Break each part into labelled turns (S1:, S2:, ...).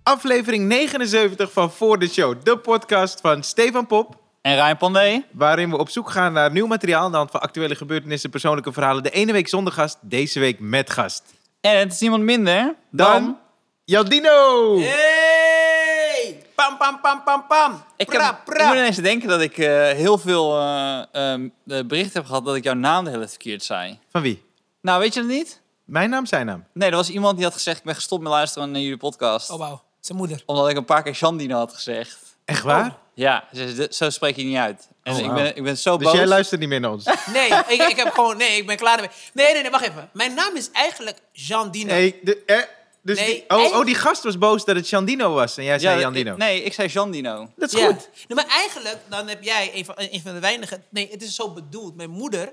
S1: Aflevering 79 van Voor de Show. De podcast van Stefan Pop.
S2: En Ryan Pandey.
S1: Waarin we op zoek gaan naar nieuw materiaal aan de hand van actuele gebeurtenissen, persoonlijke verhalen. De ene week zonder gast, deze week met gast.
S2: En het is niemand minder
S1: Dan Jaldino!
S3: Hey! Pam, pam, pam, pam, pam.
S2: Ik moet ineens denken dat ik heel veel berichten heb gehad dat ik jouw naam de hele tijd verkeerd zei.
S1: Van wie?
S2: Nou, weet je dat niet?
S1: Mijn naam, zijn naam.
S2: Nee, er was iemand die had gezegd, ik ben gestopt met luisteren naar jullie podcast.
S3: Oh, wauw. Zijn moeder.
S2: Omdat ik een paar keer Jandino had gezegd.
S1: Echt waar?
S3: Oh.
S2: Ja, zo spreek je niet uit. En
S1: Oh, wow.
S2: ik ben zo
S1: Dus
S2: boos.
S1: jij luistert niet meer naar ons?
S3: Nee, ik heb gewoon... Nee, ik ben klaar ermee. Nee, wacht even. Mijn naam is eigenlijk Jandino.
S1: Nee, dus
S3: Nee,
S1: die gast was boos dat het Jandino was en jij zei Jandino.
S2: Nee, ik zei Jandino.
S1: Dat is
S3: Ja.
S1: goed.
S3: Nee, maar eigenlijk, dan heb jij een van de weinigen... Nee, het is zo bedoeld. Mijn moeder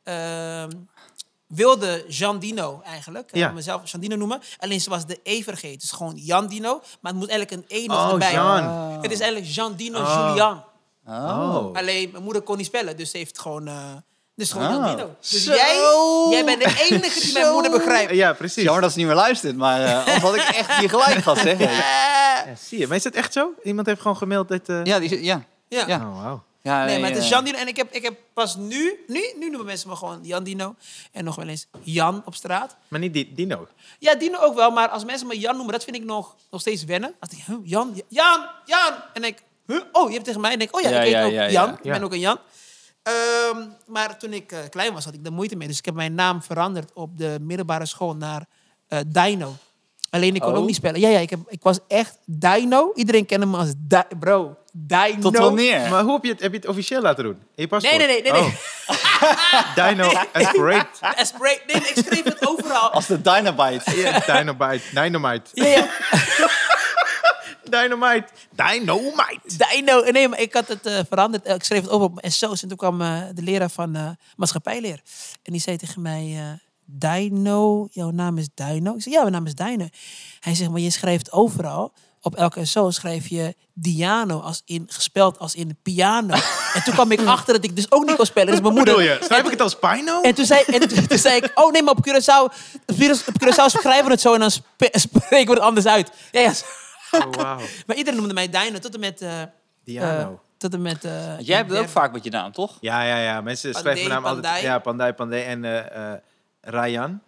S3: wilde Jandino eigenlijk.
S1: Ja.
S3: Mezelf Jandino noemen. Alleen ze was de E vergeten. Dus gewoon Jandino. Maar het moet eigenlijk een E nog
S1: Oh,
S3: erbij.
S1: Jean.
S3: Het is eigenlijk Jandino
S1: Oh.
S3: Julian.
S1: Oh.
S3: Alleen, mijn moeder kon niet spellen. Dus ze heeft gewoon... Dus gewoon
S2: Oh.
S3: Jandino. Dus
S2: Zo.
S3: jij bent de enige die mijn moeder begrijpt.
S1: Ja, precies.
S2: Jammer dat ze niet meer luistert, maar anders had ik echt hier gelijk gehad, zeg.
S1: Ja, zie je. Maar is dat echt zo? Iemand heeft gewoon gemaild dat...
S2: Ja.
S3: Ja.
S1: Oh, wauw.
S2: Ja,
S3: Nee, maar het is Jandino. En ik heb pas nu noemen mensen me gewoon Jandino. En nog wel eens Jan op straat.
S1: Maar niet Dino.
S3: Ja, Dino ook wel. Maar als mensen me Jan noemen, dat vind ik nog steeds wennen. Als ik, Jan. En ik, oh, je hebt tegen mij. En ik, oh ja, ik heet ook Jan.
S1: Ja.
S3: Ik ben ook een Jan. Maar toen ik klein was, had ik daar moeite mee. Dus ik heb mijn naam veranderd op de middelbare school naar Dino. Alleen ik kon ook niet spellen. Ja, ik was echt Dino. Iedereen kende me als Dino.
S2: Tot wanneer?
S1: Maar hoe heb je het officieel laten doen? In je paspoort?
S3: Nee.
S1: Oh. Dino Aspirate.
S3: Nee, ik schreef het overal.
S2: Als de Dynamite.
S1: Ja, Dynamite.
S3: Ja.
S1: Dynamite.
S3: Dino. Nee, maar ik had het veranderd. Ik schreef het over op mijn SO's. En toen kwam de leraar van maatschappijleer. En die zei tegen mij... Dino, jouw naam is Dino? Ik zei, ja, mijn naam is Dino. Hij zegt, maar je schrijft overal... Op elke SO schrijf je Diano, gespeld als in piano. En toen kwam ik achter dat ik dus ook niet kon spellen. Dus mijn moeder...
S1: Bedoel je? Schrijf ik het als Pino?
S3: En toen zei ik, oh nee, maar op Curaçao schrijven we het zo en dan spreken we het anders uit. Ja.
S1: Oh, wauw.
S3: Maar iedereen noemde mij Dino tot en met...
S1: Diano.
S3: tot en met...
S2: Jij hebt het ook vaak met je naam, toch?
S1: Ja. Mensen schrijven mijn naam altijd... Ja, Pandey en Ryan.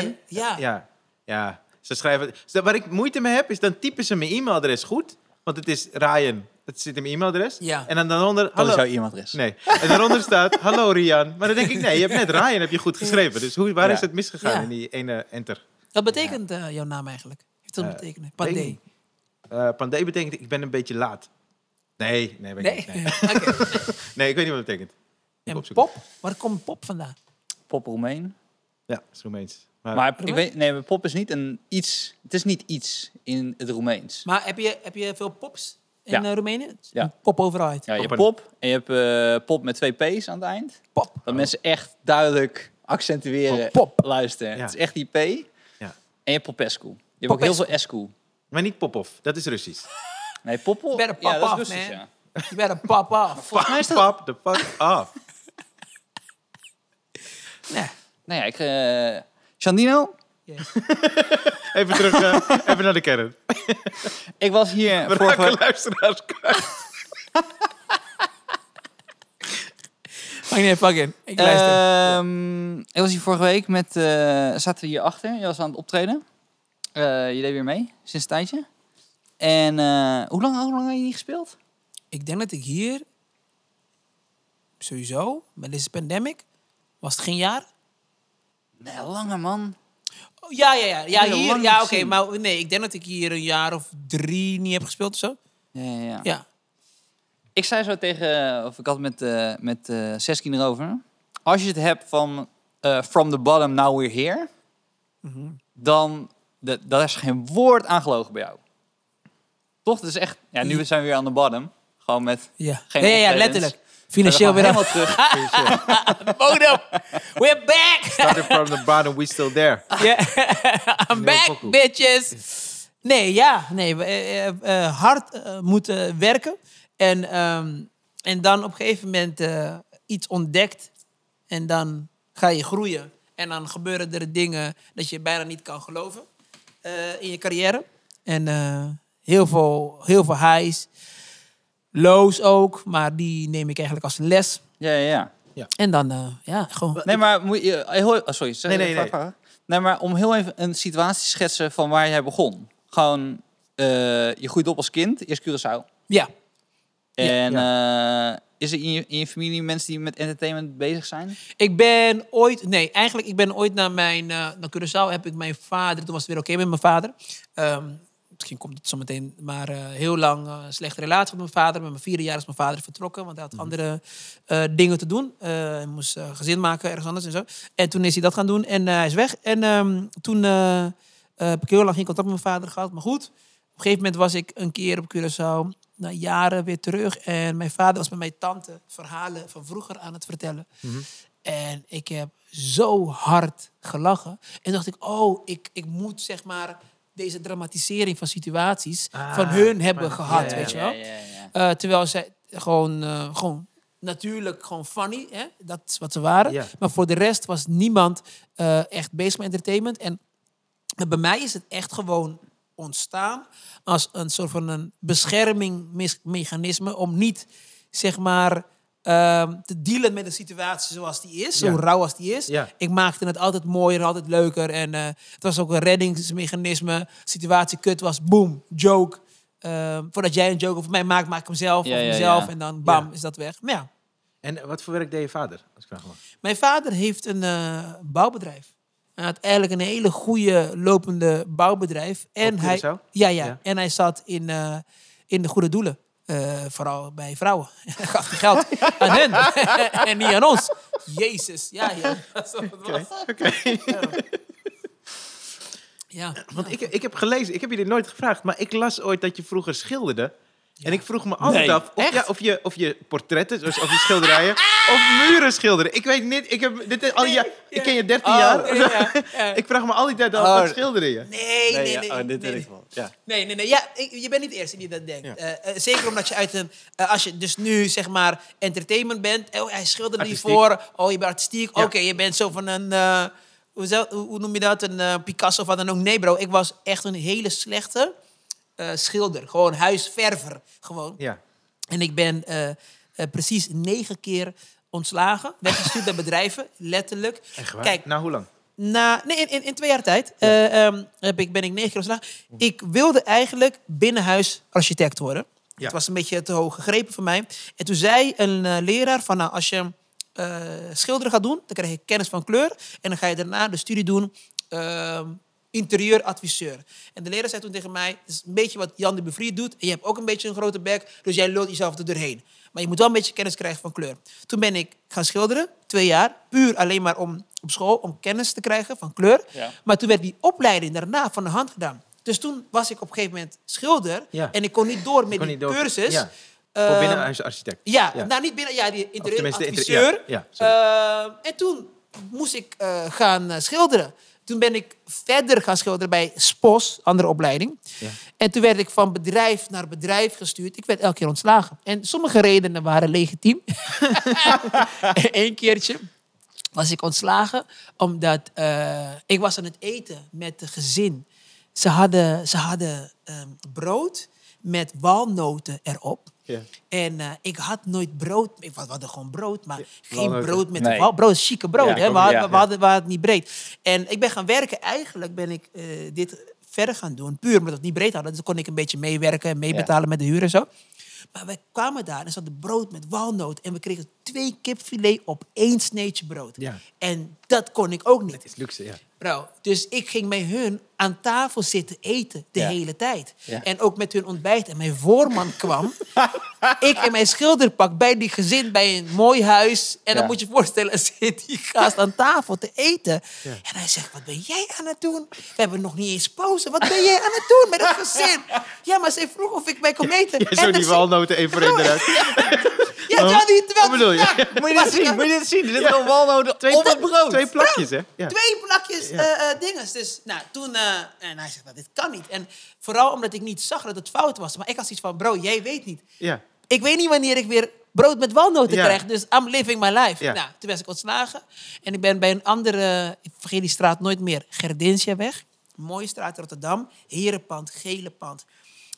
S1: Ja. Ze schrijven... Waar ik moeite mee heb, is dan typen ze mijn e-mailadres goed. Want het is Ryan. Dat zit in mijn e-mailadres.
S3: Ja.
S1: En dan daaronder...
S2: Dat is
S1: Hallo.
S2: jouw e-mailadres.
S1: Nee. En daaronder staat... Hallo Rian. Maar dan denk ik, nee, je hebt net Ryan heb je goed geschreven. Dus waar is het misgegaan in die ene enter?
S3: Wat betekent jouw naam eigenlijk? Heeft dat betekenen? Pandey.
S1: Pandey betekent ik ben een beetje laat. Nee, weet ik
S3: Nee?
S1: niet.
S3: Oké.
S1: Nee, ik weet niet wat het betekent.
S3: En
S1: opzoeken.
S3: pop? Waar komt pop vandaan?
S2: Pop Roemeen.
S1: Ja, dat is Roemeens.
S2: Maar ik weet, nee, pop is niet iets. Het is niet iets in het Roemeens.
S3: Maar heb je veel pops in Roemenië?
S2: Ja.
S3: Pop overal uit.
S2: Ja, je hebt
S1: Poppen.
S2: pop en je hebt pop met 2 P's aan het eind.
S3: Pop.
S2: Dat mensen echt duidelijk accentueren,
S3: Oh, pop.
S2: luisteren.
S1: Ja.
S2: Het is echt die P.
S1: Ja.
S2: En je hebt Popescu. Je hebt ook heel veel Escu.
S1: Maar niet Popov, dat is Russisch.
S2: Nee, Poppel.
S3: Better
S2: Ja,
S3: pop
S2: dat is
S3: off,
S2: Russisch,
S3: man.
S2: ja.
S3: Je bent een pop af.
S2: Volgens mij is dat...
S1: Pop the fuck off.
S3: Nee.
S2: Nou ja, Jandino,
S3: Yes.
S1: Even terug, even naar de kern.
S2: ik was hier
S1: We
S2: vorige
S1: raken luisteraars kwijt.
S3: Maakt niet fucking. Ik luister.
S2: Ik was hier vorige week met... zaten we hier achter. Je was aan het optreden. Je deed weer mee, sinds een tijdje. En hoe lang heb je niet gespeeld?
S3: Ik denk dat ik hier... Sowieso, met deze pandemic... Was het geen jaar?
S2: Nee, langer man.
S3: Oh, ja,
S2: heb je
S3: hier.
S2: lang
S3: Ja,
S2: niet
S3: oké.
S2: gezien.
S3: Maar nee, ik denk dat ik hier een jaar of 3 niet heb gespeeld of zo.
S2: Ja.
S3: Ja.
S2: Ik zei zo tegen... Of ik had met Seskin erover. Als je het hebt van... from the bottom, now we're here. Dan... Daar is geen woord aan gelogen bij jou. Toch? Dat is echt... Ja, nu zijn we weer aan de bottom. Gewoon met...
S3: Ja,
S2: Geen
S3: ja,
S2: optredens.
S3: letterlijk. Financieel weer
S2: helemaal
S3: af.
S2: terug.
S3: Bodem. We're back.
S1: Started from the bottom, we still there.
S3: Yeah. I'm back,
S1: pokoe.
S3: bitches. Nee, hard moeten werken. En dan op een gegeven moment iets ontdekt. En dan ga je groeien. En dan gebeuren er dingen dat je bijna niet kan geloven in je carrière. En Heel veel highs. Lows ook, maar die neem ik eigenlijk als les.
S2: Ja.
S3: En dan, gewoon...
S2: Nee, maar moet je... sorry.
S1: Nee.
S2: Nee, maar om heel even een situatie te schetsen van waar jij begon. Gewoon, je groeit op als kind, eerst Curaçao.
S3: Ja.
S2: En is er in je familie mensen die met entertainment bezig zijn?
S3: Ik ben ooit naar naar Curaçao heb ik mijn vader, toen was het weer oké met mijn vader. Misschien komt het zo meteen, maar heel lang slechte relatie met mijn vader. Met mijn 4e jaar is mijn vader vertrokken, want hij had andere dingen te doen. Hij moest gezin maken ergens anders en zo. En toen is hij dat gaan doen en hij is weg. En toen heb ik heel lang geen contact met mijn vader gehad. Maar goed, op een gegeven moment was ik een keer op Curaçao, na jaren weer terug. En mijn vader was met mijn tante verhalen van vroeger aan het vertellen. Mm-hmm. En ik heb zo hard gelachen. En dacht ik, ik moet zeg maar deze dramatisering van situaties van hun hebben gehad, weet je wel. Ja. Terwijl zij gewoon natuurlijk gewoon funny, hè? Dat is wat ze waren. Ja. Maar voor de rest was niemand echt bezig met entertainment. En bij mij is het echt gewoon ontstaan als een soort van een beschermingsmechanisme om niet, zeg maar, te dealen met de situatie zoals die is, zo rauw als die is. Ja. Ik maakte het altijd mooier, altijd leuker. En het was ook een reddingsmechanisme. Situatie kut was, boom, joke. Voordat jij een joke over mij maakt, maak ik hem zelf of mezelf. En dan bam, is dat weg. Maar ja.
S1: En wat voor werk deed je vader? Als ik
S3: Mijn vader heeft een bouwbedrijf. Hij had eigenlijk een hele goede lopende bouwbedrijf. En en hij zat in de goede doelen. Vooral bij vrouwen. Gaf hij geld aan hen en niet aan ons. Jezus, ja.
S1: Oké. Ja. Want ik heb gelezen, ik heb je dit nooit gevraagd, maar ik las ooit dat je vroeger schilderde. Ja. En ik vroeg me altijd af of je portretten, dus of je schilderijen, of muren schilderen. Ik weet niet, ik ken je 13 jaar. Ja. Ik vraag me al die tijd af, wat schilderen je?
S3: Nee.
S2: Dit weet ik wel. Ja.
S3: Nee. Ja, je bent niet de eerste die dat denkt. Ja. Zeker omdat je als je dus nu zeg maar entertainment bent. Hij schilderde niet voor. Je bent artistiek. Ja. Oké, je bent zo van een... hoe noem je dat? Een Picasso of wat dan ook. Nee bro, ik was echt een hele slechte... schilder, gewoon huisverver. Gewoon. Ja. En ik ben precies 9 keer ontslagen, weggestuurd bij bedrijven, letterlijk.
S1: Echt waar? Kijk, hoe lang?
S3: In 2 jaar tijd ben ik 9 keer ontslagen. Ik wilde eigenlijk binnenhuis architect worden. Ja. Het was een beetje te hoog gegrepen voor mij. En toen zei een leraar van, als je schilderen gaat doen, dan krijg je kennis van kleur. En dan ga je daarna de studie doen... interieuradviseur. En de leraar zei toen tegen mij... het is een beetje wat Jan de Bevrier doet... en je hebt ook een beetje een grote bek... dus jij lult jezelf er doorheen. Maar je moet wel een beetje kennis krijgen van kleur. Toen ben ik gaan schilderen, 2 jaar... puur alleen maar op school... om kennis te krijgen van kleur. Ja. Maar toen werd die opleiding daarna van de hand gedaan. Dus toen was ik op een gegeven moment schilder... en ik kon niet door met die cursus...
S1: Ja. Voor binnenhuisarchitect.
S3: Nou niet binnen... Ja, die interieuradviseur. En toen moest ik gaan schilderen... Toen ben ik verder gaan schilderen bij SPOS, andere opleiding. Ja. En toen werd ik van bedrijf naar bedrijf gestuurd. Ik werd elke keer ontslagen. En sommige redenen waren legitiem. Eén keertje was ik ontslagen omdat ik was aan het eten met het gezin. Ze hadden brood met walnoten erop. Ja. En ik had nooit brood. We hadden gewoon brood, maar geen brood met brood. Chique brood. Ja, hè? We hadden het niet breed. En ik ben gaan werken. Eigenlijk ben ik dit verder gaan doen. Puur omdat we het niet breed hadden. Dus kon ik een beetje meewerken en meebetalen met de huur en zo. Maar wij kwamen daar en ze hadden brood met walnoot. En we kregen 2 kipfilet op 1 sneetje brood. Ja. En dat kon ik ook niet.
S1: Het is luxe, ja.
S3: Bro, dus ik ging met hun aan tafel zitten eten de hele tijd. Ja. En ook met hun ontbijt. En mijn voorman kwam. Ik in mijn schilderpak bij die gezin, bij een mooi huis. En dan moet je je voorstellen, zit die gast aan tafel te eten. Ja. En hij zegt, wat ben jij aan het doen? We hebben nog niet eens pauze. Wat ben jij aan het doen met het gezin? Ja, maar ze vroeg of ik mee kon eten.
S1: Ja, zo die walnoten één voor één eruit.
S3: Wat
S1: bedoel je? Moet je dit zien? Dit is gewoon walnoten op het brood. 2 plakjes, hè? Ja.
S3: 2 plakjes dinges. Dus toen... en hij zegt, dit kan niet. En vooral omdat ik niet zag dat het fout was. Maar ik had zoiets van, bro, jij weet niet. Ja. Ik weet niet wanneer ik weer brood met walnoten krijg. Dus I'm living my life. Ja. Nou, toen was ik ontslagen. En ik ben bij een andere... Ik vergeet die straat nooit meer. Gerdinsiaweg. Mooie straat in Rotterdam. Herenpand, gele pand.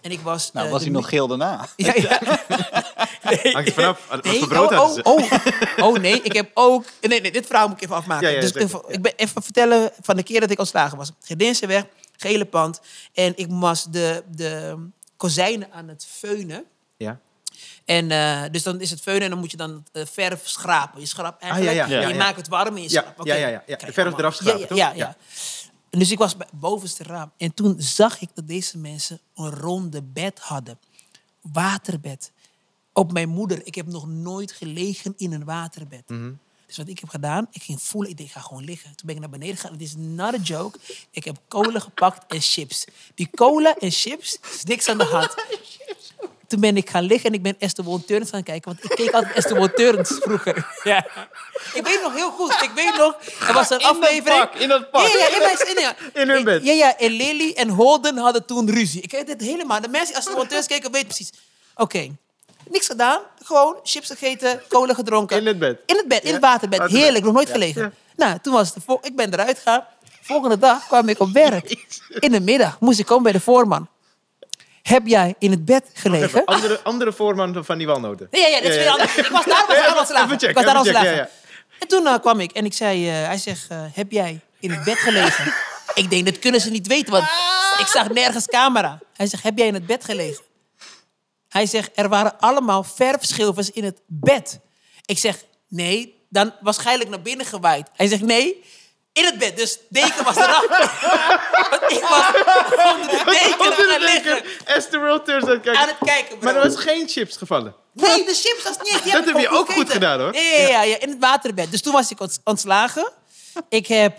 S3: En ik was...
S2: Nou, was hij nog geel daarna?
S3: Ja. Nee.
S1: Hangt er vanaf. Wat
S3: Nee,
S1: voor brood hadden ze?
S3: nee, ik heb ook... Nee, dit verhaal moet ik even afmaken.
S1: Ja,
S3: Dus
S1: zeker,
S3: ik ben even vertellen van de keer dat ik ontslagen was. Gedinseweg, gele pand. En ik was de kozijnen aan het feunen.
S1: Ja.
S3: En dus dan is het feunen en dan moet je dan verf schrapen. Je schrapt eigenlijk,
S1: ja,
S3: en je maakt het warm en je schrapt. Oké,
S1: ja. De
S3: krijg
S1: verf
S3: allemaal.
S1: eraf schrapen, toch?
S3: Ja. En dus ik was bij het bovenste raam. En toen zag ik dat deze mensen een ronde bed hadden. Waterbed. Op mijn moeder. Ik heb nog nooit gelegen in een waterbed. Dus wat ik heb gedaan, ik ging voelen, ik denk, ik ga gewoon liggen. Toen ben ik naar beneden gegaan. Het is not a joke. Ik heb cola gepakt en chips. Die cola en chips, is niks aan de hand. Toen ben ik gaan liggen en ik ben Esther Won Teurns gaan kijken. Want ik keek altijd Esther Won Teurns vroeger. Ja. Ik weet nog heel goed. Ik weet nog, er was een aflevering.
S2: In dat pak.
S1: In hun bed.
S3: Ja. En Lily en Holden hadden toen ruzie. Ik weet dit helemaal. De mensen die Esther Won Teurns keken, weten precies. Oké. Niks gedaan. Gewoon chips gegeten, cola gedronken.
S1: In het bed.
S3: In het waterbed. Heerlijk, nog nooit gelegen.
S1: Ja.
S3: Nou, toen was het ik ben eruit gegaan. Volgende dag kwam ik op werk. In de middag moest ik komen bij de voorman. Heb jij in het bed gelegen?
S1: Andere voorman van die walnoten.
S3: Ja, dat is weer anders. Ik was daar ontslagen. Ik was daar ontslagen.
S1: Ja.
S3: En toen kwam ik en ik zei, hij zegt, heb jij in het bed gelegen? Ik denk, dat kunnen ze niet weten, want ik zag nergens camera. Hij zegt, heb jij in het bed gelegen? Hij zegt, er waren allemaal verfschilfers in het bed. Ik zeg, nee, dan waarschijnlijk naar binnen gewaaid. Hij zegt, nee, in het bed. Dus deken was eraf. Want ik was onder de deken gaan liggen.
S1: Esther Won Teurns
S3: Aan het kijken, bro.
S1: Maar er was geen chips gevallen.
S3: Nee, de chips was niet.
S1: Dat heb je ook goed gedaan, hoor.
S3: Ja, in het waterbed. Dus toen was ik ontslagen. Ik heb...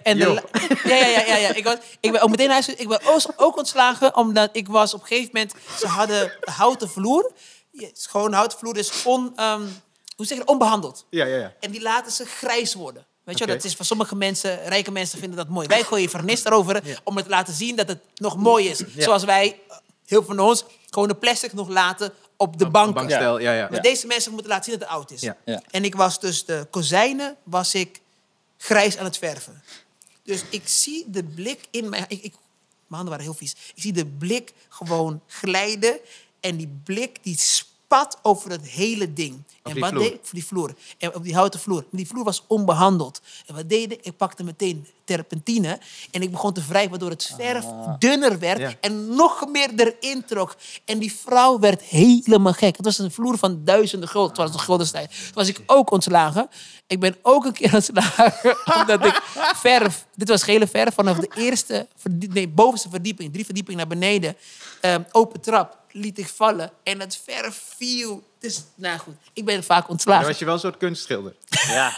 S3: Ik ben ook meteen naar huis. Ik ben ook ontslagen, omdat ik was op een gegeven moment... Ze hadden houten vloer. Gewoon houten vloer, dus onbehandeld.
S1: Ja.
S3: En die laten ze grijs worden. Weet je,
S1: Oké.
S3: dat is voor sommige mensen, rijke mensen vinden dat mooi. Wij gooien vernis erover om het te laten zien dat het nog mooi is. Zoals wij, heel veel van ons, gewoon de plastic nog laten op de banken.
S1: Bankstel, ja.
S3: Maar deze mensen moeten laten zien dat het oud is.
S1: Ja.
S3: En ik was dus de kozijnen was ik grijs aan het verven. Dus ik zie de blik in mijn... Mijn handen waren heel vies. Ik zie de blik gewoon glijden. En die blik die spat over het hele ding.
S1: Op
S3: En
S1: die
S3: wat
S1: vloer.
S3: deed voor die vloer? En op die houten vloer. Die vloer was onbehandeld. En wat deed ik? Ik pakte meteen terpentine. En ik begon te wrijven waardoor het verf dunner werd.
S1: Ja.
S3: En nog meer erin trok. En die vrouw werd helemaal gek. Het was een vloer van duizenden gulden. Het was de guldenstijd. Toen was ik ook ontslagen. Ik ben ook een keer ontslagen. Omdat ik verf... Dit was gele verf vanaf de bovenste verdieping. 3 verdiepingen naar beneden. Open trap. Liet ik vallen. En het verf viel. Dus, nou goed. Ik ben vaak ontslagen.
S1: Dan was je wel een soort kunstschilder.
S2: Ja.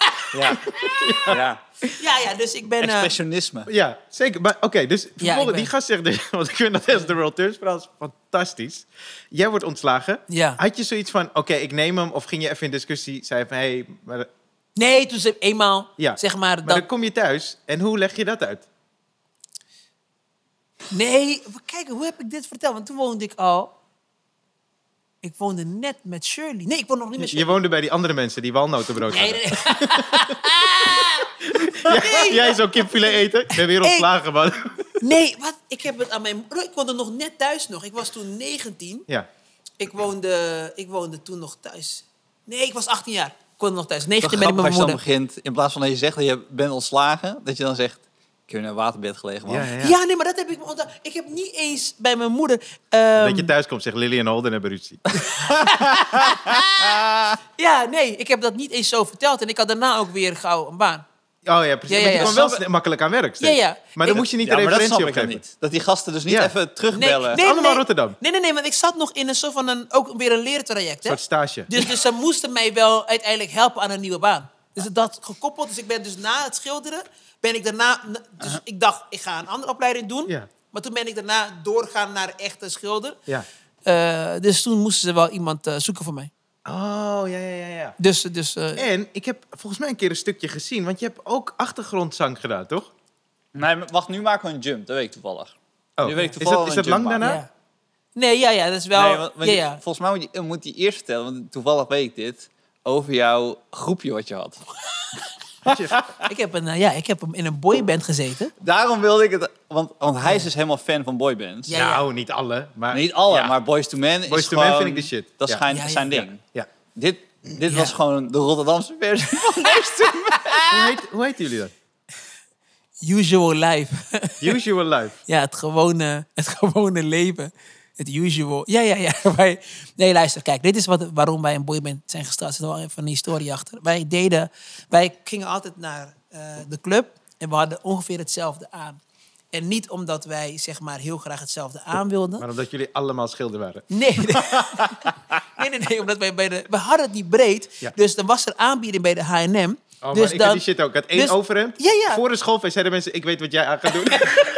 S3: Ja, dus ik ben...
S2: Expressionisme.
S1: Ja, zeker. Maar oké, dus vervolgens,
S3: ik ben-
S1: die gast zegt... Dus, want ik vind dat Esther Won Teurns verhaal is fantastisch. Jij wordt ontslagen.
S3: Ja.
S1: Had je zoiets van, oké, ik neem hem... Of ging je even in discussie, zei van... Hey, maar,
S3: Nee, toen ze eenmaal,
S1: ja.
S3: zeg maar...
S1: Maar dan kom je thuis en hoe leg je dat uit?
S3: Nee, kijk, hoe heb ik dit verteld? Want toen woonde ik al... Ik woonde net met Shirley. Nee, ik woonde nog niet met
S1: Je
S3: Shirley.
S1: woonde bij die andere mensen die walnotenbrood
S3: Nee,
S1: hadden.
S3: nee.
S1: Jij zou kipfilet eten? Ik ben weer ontslagen, man.
S3: Nee, wat? Ik heb het aan mijn... Ik woonde nog net thuis nog. Ik was toen 19.
S1: Ja.
S3: Ik woonde toen nog thuis. Nee, ik was 18 jaar. Ik woonde nog thuis.
S2: Toch
S3: 19 ben ik met
S2: grappig
S3: mijn
S2: als je dan
S3: moeder.
S2: begint, in plaats van dat je zegt dat je bent ontslagen, dat je dan zegt, ik heb in een waterbed gelegen, man.
S3: Ja, nee, maar dat heb ik... Ik heb niet eens bij mijn moeder...
S1: Dat je thuis komt, zegt Lily en Holden hebben ruzie.
S3: Ja, nee, ik heb dat niet eens zo verteld. En ik had daarna ook weer gauw een baan.
S1: Oh ja, precies.
S3: Ja,
S1: Maar je
S3: ja.
S1: kon wel makkelijk aan werk. steeds.
S3: Ja.
S1: Maar dan moet je niet de
S2: maar dat
S1: referentie
S2: snap ik dan
S1: opgeven.
S2: niet. Dat die gasten dus niet
S1: Ja.
S2: even terugbellen.
S1: Allemaal Rotterdam.
S3: Nee, want ik zat nog in een soort van ook weer een leertraject.
S1: Een
S3: Hè?
S1: soort stage.
S3: Dus ze moesten mij wel uiteindelijk helpen aan een nieuwe baan. Dus dat gekoppeld. Dus ik ben dus na het schilderen, ben ik daarna... Dus ik dacht, ik ga een andere opleiding doen.
S1: Ja.
S3: Maar toen ben ik daarna doorgaan naar echte schilder.
S1: Ja.
S3: Dus toen moesten ze wel iemand zoeken voor mij.
S1: Oh, ja.
S3: Dus
S1: En ik heb volgens mij een keer een stukje gezien. Want je hebt ook achtergrondzang gedaan, toch?
S2: Nee, wacht, nu maken we een jump. Dat weet ik toevallig.
S1: Oh.
S2: Nu weet ik
S1: Is
S2: toevallig
S1: dat
S2: een
S1: lang
S2: jump
S1: daarna?
S2: maken.
S3: ja. Nee, ja, dat is wel...
S2: Nee, want
S3: ja.
S2: volgens mij moet je eerst vertellen, want toevallig weet ik dit, over jouw groepje wat je had.
S3: Ik heb in een boyband gezeten.
S2: Daarom wilde ik het... Want hij is dus helemaal fan van boybands.
S3: Ja.
S1: Nou, niet alle. Maar,
S2: Niet alle,
S1: ja.
S2: maar Boyz II Men is
S1: Boyz II
S2: gewoon...
S1: Men vind ik de shit.
S2: Dat is
S1: Ja.
S2: zijn ding.
S1: Ja.
S2: Dit was gewoon de Rotterdamse versie van Boyz II Men.
S1: Hoe heet jullie dan?
S3: Usual life.
S1: Usual Life.
S3: Ja, het gewone leven. Het usual. Ja. Nee, luister, kijk. Dit is waarom wij een boyband zijn gestart. Er zit wel even een historie achter. Wij gingen altijd naar de club en we hadden ongeveer hetzelfde aan. En niet omdat wij, zeg maar, heel graag hetzelfde aan wilden.
S1: Maar omdat jullie allemaal schilder waren.
S3: Nee. Omdat wij we hadden het niet breed.
S1: Ja.
S3: Dus dan was er aanbieding bij de H&M.
S1: Oh,
S3: Dus
S1: maar ik had die shit ook. Ik had één
S3: dus-
S1: overhemd.
S3: Ja.
S1: Voor de schoolfeest zeiden mensen, ik weet wat jij aan gaat doen.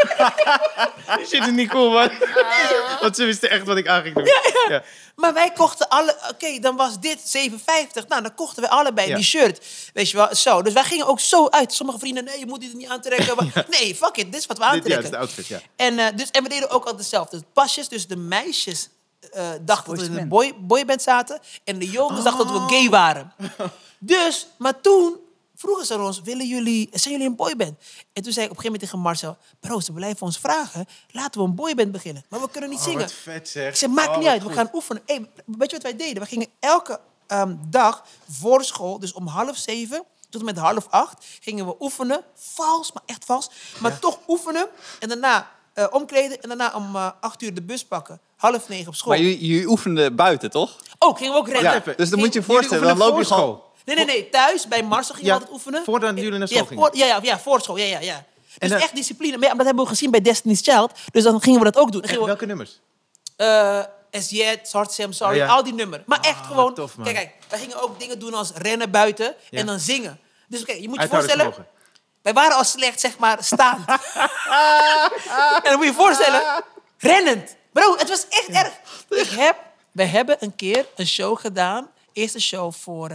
S1: Die shit is niet cool, man. Want ze wisten echt wat ik aan ging doen. Ja.
S3: Maar wij kochten oké, dan was dit $7,50. Nou, dan kochten wij allebei
S1: Ja.
S3: die shirt. Weet je wel, zo. Dus wij gingen ook zo uit. Sommige vrienden, nee, je moet dit niet aantrekken. Nee, fuck it, dit is wat we
S1: Dit
S3: aantrekken.
S1: is de outfit, ja.
S3: En we deden ook altijd hetzelfde. Pasjes, dus de meisjes dachten dat we in
S2: Boyz
S3: een boyband zaten. En de jongens dachten dat we gay waren. Dus, maar toen vroegen ze aan ons, zijn jullie een boyband? En toen zei ik op een gegeven moment tegen Marcel, bro, ze blijven ons vragen, laten we een boyband beginnen. Maar we kunnen niet zingen.
S1: Wat vet zeg.
S3: Ik zei, maakt niet uit, we gaan oefenen. Hey, weet je wat wij deden? We gingen elke dag voor school, dus om 6:30 tot en met 7:30, gingen we oefenen. Vals, maar echt vals. Maar toch oefenen. En daarna omkleden. En daarna om 8:00 de bus pakken. 8:30 op school.
S2: Maar jullie oefenden buiten, toch?
S3: Oh, gingen we ook rennen.
S1: Ja,
S2: Dus dan moet je je
S1: Jullie
S2: voorstellen, dan
S1: oefenen
S2: loop je
S1: voor
S2: gewoon...
S1: school.
S3: Nee. Thuis, bij Marcel gingen we altijd oefenen.
S1: Voordat jullie naar school gingen.
S3: Ja, voor school. Ja. Dus
S1: dan-
S3: echt discipline. Maar ja, dat hebben we gezien bij Destiny's Child. Dus dan gingen we dat ook doen. Dan gingen we,
S1: Welke nummers?
S3: As Yet, Hard Say I'm Sorry,
S1: Oh, ja.
S3: al die nummers. Maar echt gewoon...
S1: tof, man.
S3: Kijk, wij gingen ook dingen doen als rennen buiten en dan zingen. Dus oké, je moet je voorstellen...
S1: Uithoudingsvermogen.
S3: Wij waren al slecht, zeg maar, staand. En dan moet je je voorstellen, rennend. Bro, het was echt erg. We hebben een keer een show gedaan. Eerste show voor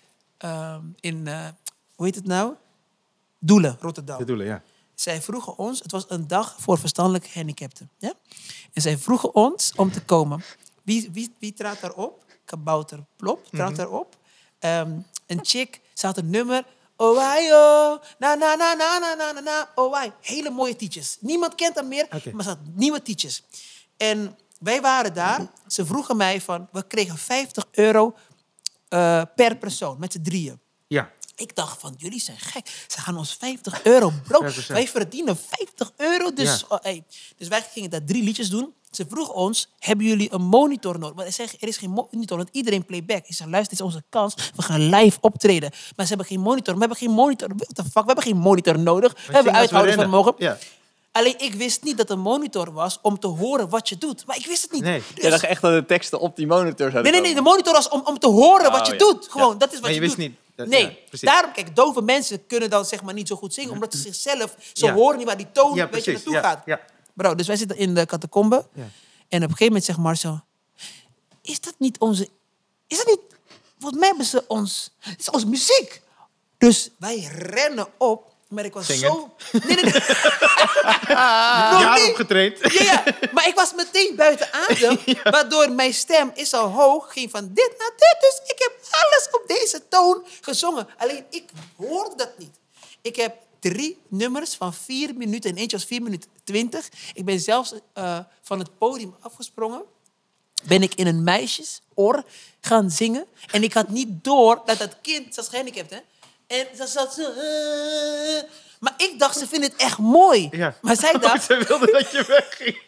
S3: hoe heet het nou? Doelen, Rotterdam.
S1: De doelen, ja.
S3: Zij vroegen ons, het was een dag voor verstandelijke gehandicapten. Ja? En zij vroegen ons om te komen. Wie trad daarop? Kabouter Plop trad daarop. Een chick, ze had een nummer. Ohio, na na na na na na na na, Ohio. Hele mooie liedjes. Niemand kent hem meer,
S1: Oké.
S3: maar ze had nieuwe liedjes. En wij waren daar. Ze vroegen mij van, we kregen €50 per persoon, met z'n drieën.
S1: Ja.
S3: Ik dacht van, jullie zijn gek. Ze gaan ons €50, bro.
S1: 5%.
S3: Wij verdienen €50. Dus,
S1: Ja.
S3: Dus wij gingen daar 3 liedjes doen. Ze vroegen ons, hebben jullie een monitor nodig? Maar ik zeg, er is geen monitor, want iedereen playback. Ik zeg, luister, dit is onze kans. We gaan live optreden. Maar ze hebben geen monitor. We hebben geen monitor. What the fuck? We hebben geen monitor nodig. We hebben uithoudingsvermogen.
S1: Ja.
S3: Alleen, ik wist niet dat een monitor was om te horen wat je doet. Maar ik wist het niet.
S1: Nee.
S3: Dus-
S2: Je dacht echt dat de teksten op die monitor zouden
S3: Nee, de monitor was om te horen wat je
S2: ja.
S3: doet. Gewoon, dat is wat
S1: Maar je
S3: je
S1: wist
S3: doet.
S1: niet dat-
S3: Nee,
S1: ja, precies.
S3: daarom, kijk, dove mensen kunnen dan zeg maar niet zo goed zingen. Omdat ze zichzelf, ze
S1: Ja.
S3: horen niet waar die toon
S1: Ja,
S3: weet je,
S1: precies.
S3: naartoe
S1: Ja,
S3: gaat.
S1: ja.
S3: Bro, dus wij zitten in de catacombe.
S1: Ja.
S3: En op een gegeven moment zegt Marcel, is dat niet... Volgens mij hebben ze ons... Het is onze muziek. Dus wij rennen op. Maar ik was
S1: Zingen.
S3: zo... Nee. Nog
S1: Jaar
S3: niet.
S1: opgetraind.
S3: Ja, maar ik was meteen buiten adem. Waardoor mijn stem is al hoog. Ging van dit naar dit. Dus ik heb alles op deze toon gezongen. Alleen ik hoorde dat niet. Ik heb 3 nummers van 4 minuten. En eentje was 4 minuten 20. Ik ben zelfs van het podium afgesprongen. Ben ik in een meisjesoor gaan zingen. En ik had niet door dat dat kind, ze was gehandicapt, hè. En ze zat zo... Maar ik dacht, ze vinden het echt mooi.
S1: Ja.
S3: Maar zij dacht...
S1: Ze wilden dat je wegging.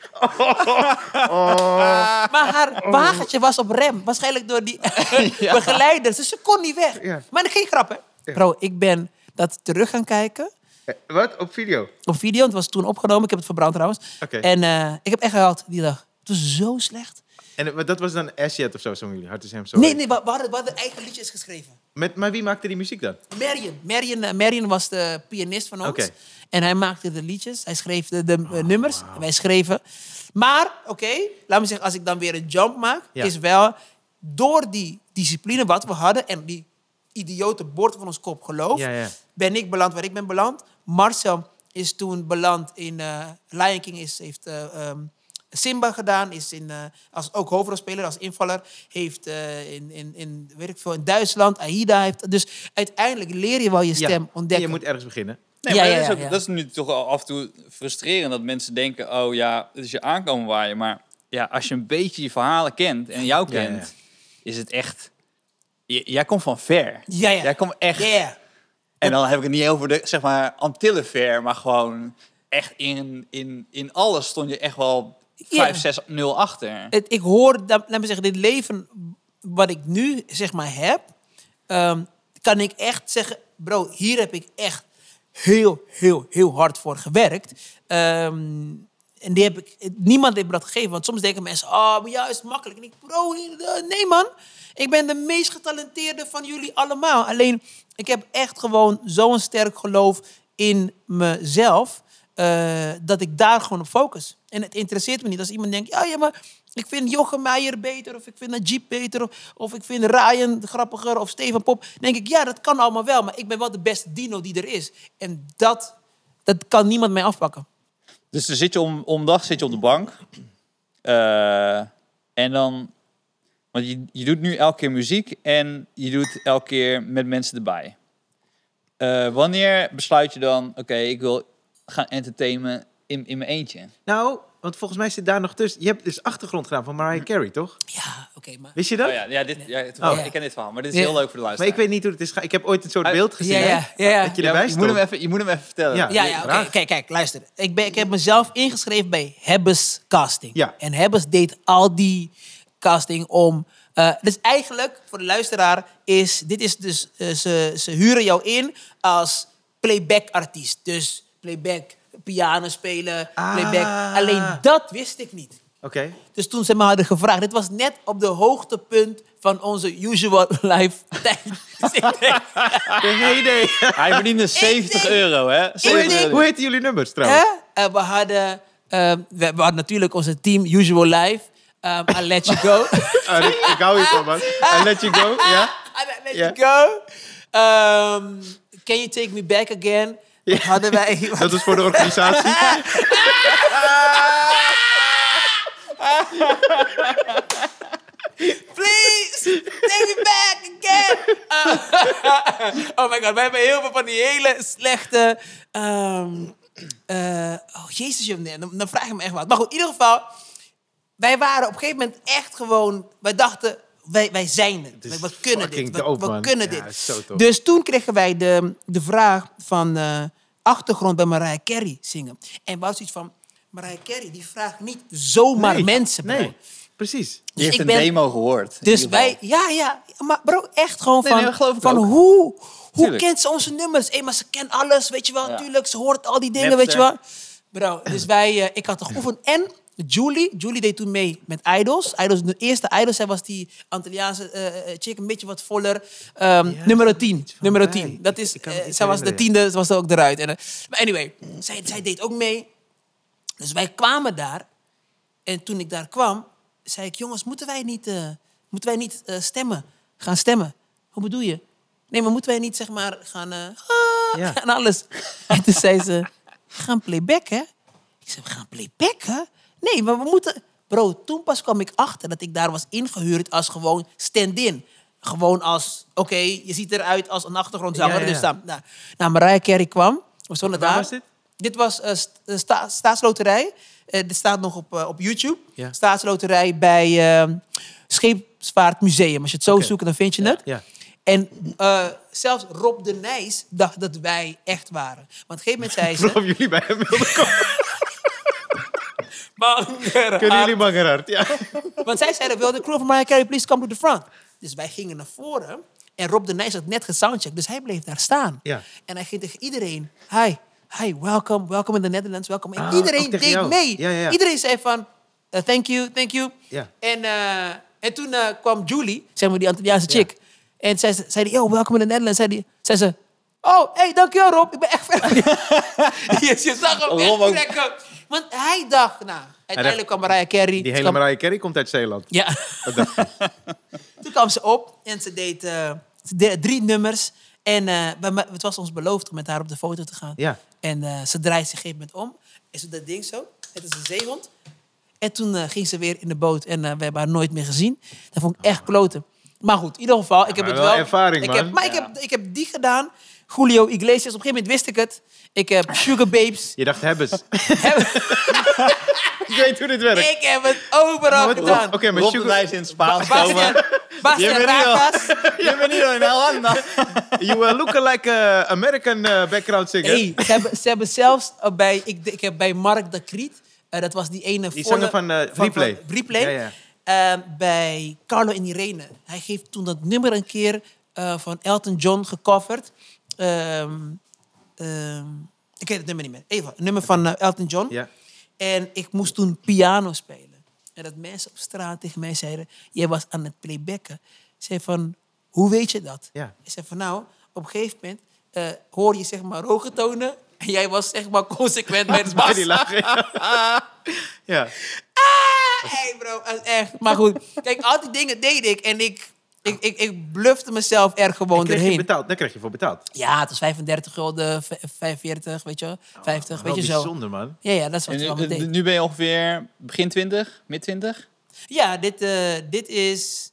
S3: Maar haar wagentje was op rem. Waarschijnlijk door die begeleiders. Dus ze kon niet weg.
S1: Ja.
S3: Maar dat geen grap, hè? Bro, ik ben dat terug gaan kijken.
S1: Wat? Op video?
S3: Op video. Het was toen opgenomen. Ik heb het verbrand trouwens.
S1: Oké.
S3: En ik heb echt gehuild die dag. Het was zo slecht.
S1: En dat was dan Ashet of zo, zongen jullie? Hart is hem, sorry.
S3: Nee, we hadden eigen liedjes geschreven.
S1: Maar wie maakte die muziek dan?
S3: Marion was de pianist van ons.
S1: Oké.
S3: En hij maakte de liedjes. Hij schreef de nummers. En wij schreven. Maar, laat me zeggen, als ik dan weer een jump maak...
S1: Ja.
S3: is wel door die discipline wat we hadden... en die idiote bord van ons kop geloof...
S1: Ja.
S3: ben ik beland waar ik ben beland. Marcel is toen beland in... Lion King heeft Simba gedaan. Is als ook hoofdrolspeler, als invaller. Heeft in weet ik veel, in Duitsland, Aida heeft... Dus uiteindelijk leer je wel je stem ontdekken.
S1: En je moet ergens beginnen.
S2: Nee, maar dat is nu toch af en toe frustrerend dat mensen denken... oh ja, het is je aankomen waaien. Maar ja, als je een beetje je verhalen kent en jou kent... is het echt... Jij komt van ver.
S3: Ja.
S2: Jij komt echt...
S3: Ja.
S2: En dan heb ik het niet over de, zeg maar, Antillen ver... maar gewoon echt in alles stond je echt wel 5-6-0 achter.
S3: Ik hoor, laat me zeggen, dit leven wat ik nu zeg maar heb... kan ik echt zeggen... Bro, hier heb ik echt heel hard voor gewerkt. En die niemand heeft me dat gegeven. Want soms denken mensen, maar ja, is het makkelijk. En ik, bro, nee man. Ik ben de meest getalenteerde van jullie allemaal. Alleen, ik heb echt gewoon zo'n sterk geloof in mezelf... dat ik daar gewoon op focus. En het interesseert me niet als iemand denkt... ja, maar ik vind Jochem Meijer beter... of ik vind Najib beter... of ik vind Ryan grappiger... of Steven Pop. Dan denk ik, ja, dat kan allemaal wel... maar ik ben wel de beste dino die er is. En dat kan niemand mij afpakken.
S2: Dus dan zit je om dag zit je op de bank. En dan... Want je doet nu elke keer muziek... en je doet elke keer met mensen erbij. Wanneer besluit je dan... oké, ik wil gaan entertainen in mijn eentje?
S1: Nou, want volgens mij zit daar nog tussen... Je hebt dus achtergrond gedaan van Mariah Carey, toch?
S3: Ja, oké, maar...
S1: Wist je dat?
S2: Ik ken dit verhaal, maar dit is heel leuk voor de luisteraar.
S1: Maar ik weet niet hoe het is. Ik heb ooit een soort beeld gezien.
S3: Ja.
S1: Dat je erbij stond.
S2: Je moet hem even vertellen.
S3: Ja, oké. Kijk, luister. Ik heb mezelf ingeschreven bij Hebbes Casting.
S1: Ja.
S3: En Hebbes deed al die casting om... dus eigenlijk, voor de luisteraar, dit is dus... ze huren jou in als playback-artiest. Dus playback, piano spelen, playback. Alleen dat wist ik niet.
S1: Oké.
S3: Dus toen ze me hadden gevraagd... Dit was net op de hoogtepunt van onze Usual Life tijd. Dus ik denk,
S1: Nee.
S2: Hij verdiende €70, hè?
S1: Hoe heten jullie nummers trouwens?
S3: we hadden natuurlijk onze team Usual Life. I Let You Go.
S1: Ik hou je van, man. I Let You Go, ja.
S3: I Let You Go. Can You Take Me Back Again? Hadden wij...
S1: Dat is voor de organisatie.
S3: Please, take me back again. Oh my god, wij hebben heel veel van die hele slechte... jezus, dan vraag je me echt wat. Maar goed, in ieder geval... Wij waren op een gegeven moment echt gewoon... Wij dachten, wij zijn het. We kunnen dit. We kunnen dit. Dus toen kregen wij de vraag van... achtergrond bij Mariah Carey zingen. En we hadden zoiets van... Mariah Carey, die vraagt niet zomaar mensen. Bro.
S1: Nee, precies.
S2: Je heeft een demo gehoord.
S3: Dus wij... Ja. Maar bro, echt gewoon van
S2: ook.
S3: hoe kent ze onze nummers? Maar ze kent alles, weet je wel. Natuurlijk, ze hoort al die dingen, weet je wel. Bro, dus ik had geoefend. En Julie deed toen mee met Idols. De eerste Idols, zij was die Antilliaanse chick, een beetje wat voller. Nummer 10. Dat is, zij was de 10e, ze was er ook eruit. Maar anyway, zij deed ook mee. Dus wij kwamen daar. En toen ik daar kwam, zei ik... Jongens, moeten wij niet stemmen? Gaan stemmen? Hoe bedoel je? Nee, maar moeten wij niet zeg maar gaan... en alles. En toen zei ze... We gaan playbacken? Ik zei, we gaan playbacken? Nee, maar we moeten... Bro, toen pas kwam ik achter dat ik daar was ingehuurd als gewoon stand-in. Gewoon als... Oké, je ziet eruit als een achtergrondzanger. Dus dan... Mariah Carey kwam. We stonden daar.
S1: Waar was dit?
S3: Dit was Staatsloterij. Dit staat nog op YouTube.
S1: Ja.
S3: Staatsloterij bij Scheepvaartmuseum. Als je het zo zoekt, dan vind je het.
S1: Ja.
S3: En zelfs Rob de Nijs dacht dat wij echt waren. Want op een gegeven moment zei ze...
S1: Of jullie bij hem wilden komen.
S3: Bangerhard.
S1: Kunnen jullie Bangerhard? Ja.
S3: Want zij zeiden, wil de crew van Mariah Carey please come to the front? Dus wij gingen naar voren. En Rob de Nijs had net gesoundcheckt. Dus hij bleef daar staan.
S1: Ja.
S3: En hij ging tegen iedereen... Hi, welcome in the Netherlands, welcome. En iedereen deed mee.
S1: Ja.
S3: Iedereen zei van, thank you.
S1: Ja.
S3: En toen kwam Julie, zeg maar die Antilliaanse chick. En zei die, yo, welcome in the Netherlands. Zei ze, oh, hey, dankjewel Rob, ik ben echt fan van je. Je zag hem echt trekken. Want hij dacht, uiteindelijk kwam Mariah Carey.
S1: Die hele Mariah Carey komt uit Zeeland.
S3: Ja. Toen kwam ze op en ze deed 3 nummers. En het was ons beloofd om met haar op de foto te gaan.
S1: Ja.
S3: En ze draait zich op een gegeven moment om. En ze doet dat ding zo. Het is een zeehond. En toen ging ze weer in de boot en we hebben haar nooit meer gezien. Dat vond ik echt kloten. Maar goed, in ieder geval, ik heb het wel...
S1: ervaring, man.
S3: Ik heb die gedaan. Julio Iglesias, op een gegeven moment wist ik het. Ik heb Sugar Babes.
S1: Je dacht, hebben ze. Ik weet hoe dit werkt.
S3: Ik heb het overal gedaan.
S1: Oké, maar
S2: Sugar...
S1: Sugar...
S2: in het Spaans komen.
S3: Bastian Rakas.
S2: Bienvenido in Holanda.
S1: You look like a American background singer.
S3: Hey, ze hebben zelfs bij... Ik heb bij Mark de Kriet... dat was die ene...
S1: Die zanger van Replay.
S3: Van Replay. Ja. Bij Carlo en Irene. Hij heeft toen dat nummer een keer van Elton John gecoverd. Ik weet het nummer niet meer. Even, een nummer van Elton John.
S1: Ja.
S3: En ik moest toen piano spelen. En dat mensen op straat tegen mij zeiden... Jij was aan het playbacken. Ik zei van, hoe weet je dat?
S1: Ja.
S3: Ik zei van, nou, op een gegeven moment... hoor je zeg maar hoge tonen... En jij was zeg maar consequent met bas.
S1: Die lachen. Ja.
S3: Hey bro, dat is echt... Maar goed, kijk, al die dingen deed ik. En ik blufte mezelf er gewoon doorheen.
S1: Daar krijg je voor betaald.
S3: Ja, het was 35 gulden, 45, weet je wel. 50, weet je zo.
S1: Bijzonder, man.
S3: Ja, dat is wat je allemaal deed.
S2: Nu ben je ongeveer begin 20, mid 20?
S3: Ja, dit is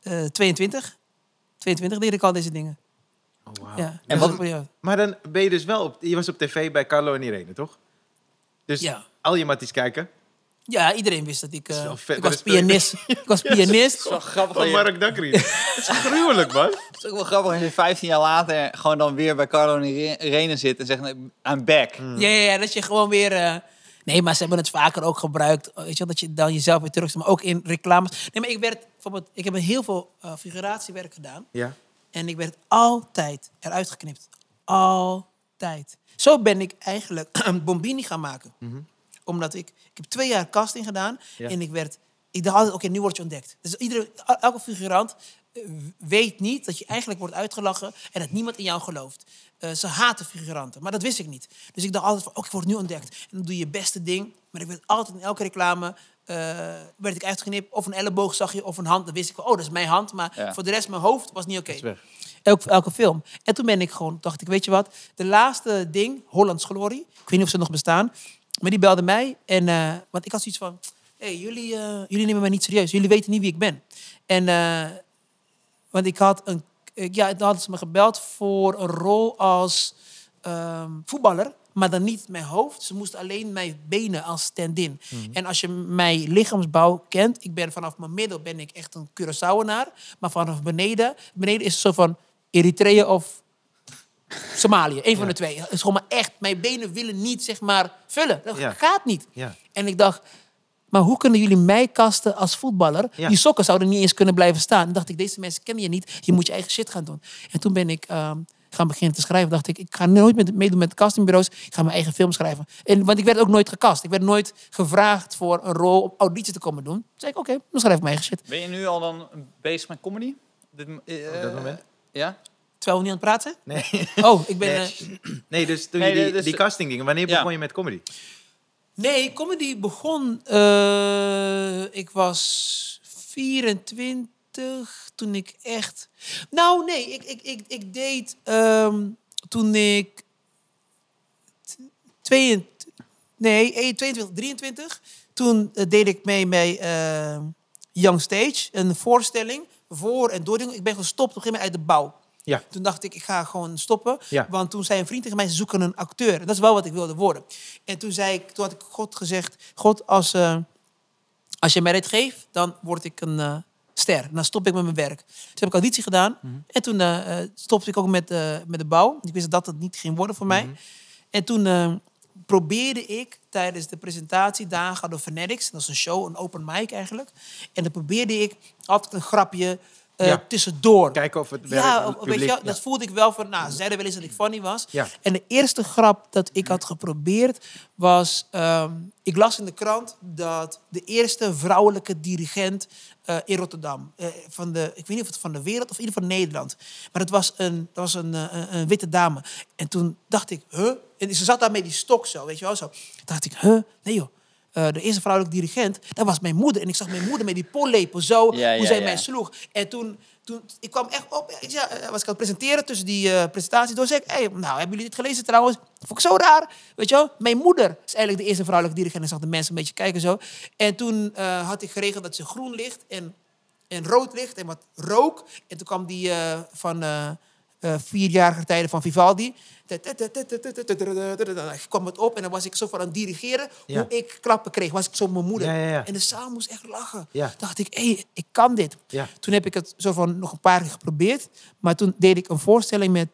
S3: 22. 22 deed ik al deze dingen.
S1: Oh, wow.
S3: Ja,
S2: En
S3: dat
S2: wat-
S3: is-
S1: Maar dan ben je dus wel je was op tv bij Carlo en Irene, toch? Dus
S3: Ja.
S1: al je matties kijken.
S3: Ja, iedereen wist dat ik...
S1: is wel vet
S3: ik was
S1: respect.
S3: pianist. Ik was pianist.
S2: Wel grappig.
S1: Van Mark Dakri. Dat is gruwelijk, man.
S2: Het is ook wel grappig als je 15 jaar later gewoon dan weer bij Carlo en Irene zit en zegt, I'm back.
S3: Ja, dat je gewoon weer... Nee, maar ze hebben het vaker ook gebruikt. Weet je wel, dat je dan jezelf weer terug... Maar ook in reclames. Nee, maar ik heb heel veel figuratiewerk gedaan.
S1: Ja.
S3: En ik werd altijd eruit geknipt. Altijd. Zo ben ik eigenlijk een Bombini gaan maken. Omdat ik heb 2 jaar casting gedaan.
S1: Ja.
S3: En ik dacht altijd, oké, nu word je ontdekt. Dus elke figurant weet niet dat je eigenlijk wordt uitgelachen en dat niemand in jou gelooft. Ze haten figuranten, maar dat wist ik niet. Dus ik dacht altijd van, ik word nu ontdekt. En dan doe je je beste ding. Maar ik werd altijd in elke reclame werd ik uitgeknipt. Of een elleboog zag je, of een hand. Dan wist ik van, dat is mijn hand. Maar voor de rest, mijn hoofd was niet oké.
S1: Is weg.
S3: Elke film. En toen ben ik gewoon, dacht ik, weet je wat? De laatste ding, Hollands Glory. Ik weet niet of ze nog bestaan. Maar die belde mij. En, want ik had zoiets van, hey, jullie nemen mij niet serieus. Jullie weten niet wie ik ben. En, want ik had dan hadden ze me gebeld voor een rol als voetballer. Maar dan niet mijn hoofd. Ze moesten alleen mijn benen als stand-in. En als je mijn lichaamsbouw kent... vanaf mijn middel ben ik echt een Curaçaoenaar. Maar vanaf beneden is het zo van Eritrea of Somalië. Eén van de twee. Het is gewoon maar echt... Mijn benen willen niet, zeg maar, vullen. Dat gaat niet.
S1: Ja.
S3: En ik dacht... Maar hoe kunnen jullie mij kasten als voetballer?
S1: Ja.
S3: Die sokken zouden niet eens kunnen blijven staan. Dan dacht ik, deze mensen kennen je niet. Je moet je eigen shit gaan doen. En toen ben ik gaan beginnen te schrijven. Dacht ik ga nooit meedoen met castingbureaus. Ik ga mijn eigen film schrijven. Want ik werd ook nooit gecast. Ik werd nooit gevraagd voor een rol op auditie te komen doen. Toen zei ik, oké, dan schrijf ik mijn eigen shit.
S2: Ben je nu al dan bezig met comedy?
S1: Op dat moment?
S2: Ja?
S3: Terwijl we niet aan het praten?
S1: Nee.
S3: Oh, ik ben...
S1: Nee, dus toen
S2: Nee,
S1: je
S2: dus-
S1: die castingdingen. Wanneer begon je met comedy?
S3: Nee, comedy begon... ik was 24 toen ik echt... Nou, nee, ik deed toen ik 22, 23. Toen deed ik mee bij Young Stage, een voorstelling voor en door. Ik ben gestopt op een gegeven moment uit de bouw.
S1: Ja.
S3: Toen dacht ik ga gewoon stoppen.
S1: Ja.
S3: Want toen zei een vriend tegen mij, ze zoeken een acteur. En dat is wel wat ik wilde worden. En toen had ik God gezegd, God, als je mij dit geeft, dan word ik een ster. Dan stop ik met mijn werk. Dus heb ik auditie gedaan. En toen stopte ik ook met de bouw. Ik wist dat het niet ging worden voor mij. En toen probeerde ik tijdens de presentatiedagen door Fanatics, dat is een show, een open mic eigenlijk. En dan probeerde ik altijd een grapje tussendoor.
S1: Kijken of het
S3: Ja,
S1: werkt.
S3: weet je, dat voelde ik wel van, ze zeiden wel eens dat ik funny was.
S1: Ja.
S3: En de eerste grap dat ik had geprobeerd was, ik las in de krant dat de eerste vrouwelijke dirigent in Rotterdam, ik weet niet of het van de wereld of in ieder geval Nederland, maar het was een witte dame. En toen dacht ik, En ze zat daar met die stok zo, weet je wel, zo. Toen dacht ik, nee joh, de eerste vrouwelijke dirigent, dat was mijn moeder. En ik zag mijn moeder met die pollepel zo, hoe zij mij sloeg. En toen ik kwam echt op, was ik aan het presenteren tussen die presentaties door. Zei ik, nou, hebben jullie dit gelezen trouwens? Dat vond ik zo raar. Weet je wel? Mijn moeder is eigenlijk de eerste vrouwelijke dirigent. En zag de mensen een beetje kijken zo. En toen had ik geregeld dat ze groen licht en rood licht en wat rook. En toen kwam die van 4-jarige tijden van Vivaldi. Kwam het op en dan was ik zo van aan het dirigeren. Hoe ik klappen kreeg, was ik zo mijn moeder.
S1: Ja.
S3: En de zaal moest echt lachen.
S1: Ja.
S3: Dacht ik, ik kan dit.
S1: Ja.
S3: Toen heb ik het zo van nog een paar keer geprobeerd. Maar toen deed ik een voorstelling met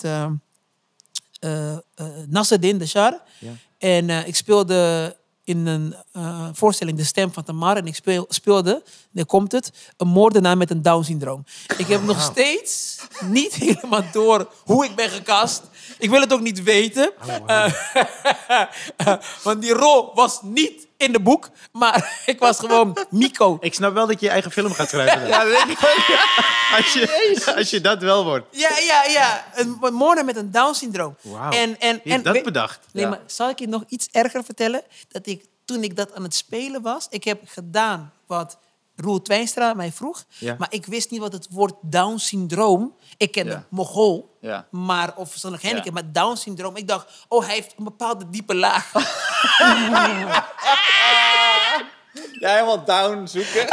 S3: Nasreddin Deshar.
S1: Ja.
S3: En ik speelde in een voorstelling De Stem van Tamar. En ik speelde, daar komt het, een moordenaar met een Down-syndroom. Ik heb nog steeds niet helemaal door hoe ik ben gecast. Ik wil het ook niet weten. Want die rol was niet in de boek. Maar ik was gewoon Miko.
S1: Ik snap wel dat je je eigen film gaat schrijven. Ja, dat denk ik wel. Als je dat wel wordt.
S3: Ja. Een moordenaar met een Down-syndroom.
S1: Wauw.
S3: En
S1: dat bedacht.
S3: Nee, maar zal ik je nog iets erger vertellen? Dat toen ik dat aan het spelen was, ik heb gedaan wat Roel Twijnstra mij vroeg.
S1: Ja.
S3: Maar ik wist niet wat het woord Down-syndroom... Ik kende Mogol, of verstandig handicap, maar Down-syndroom. Ik dacht, hij heeft een bepaalde diepe laag.
S2: Ja, helemaal down zoeken.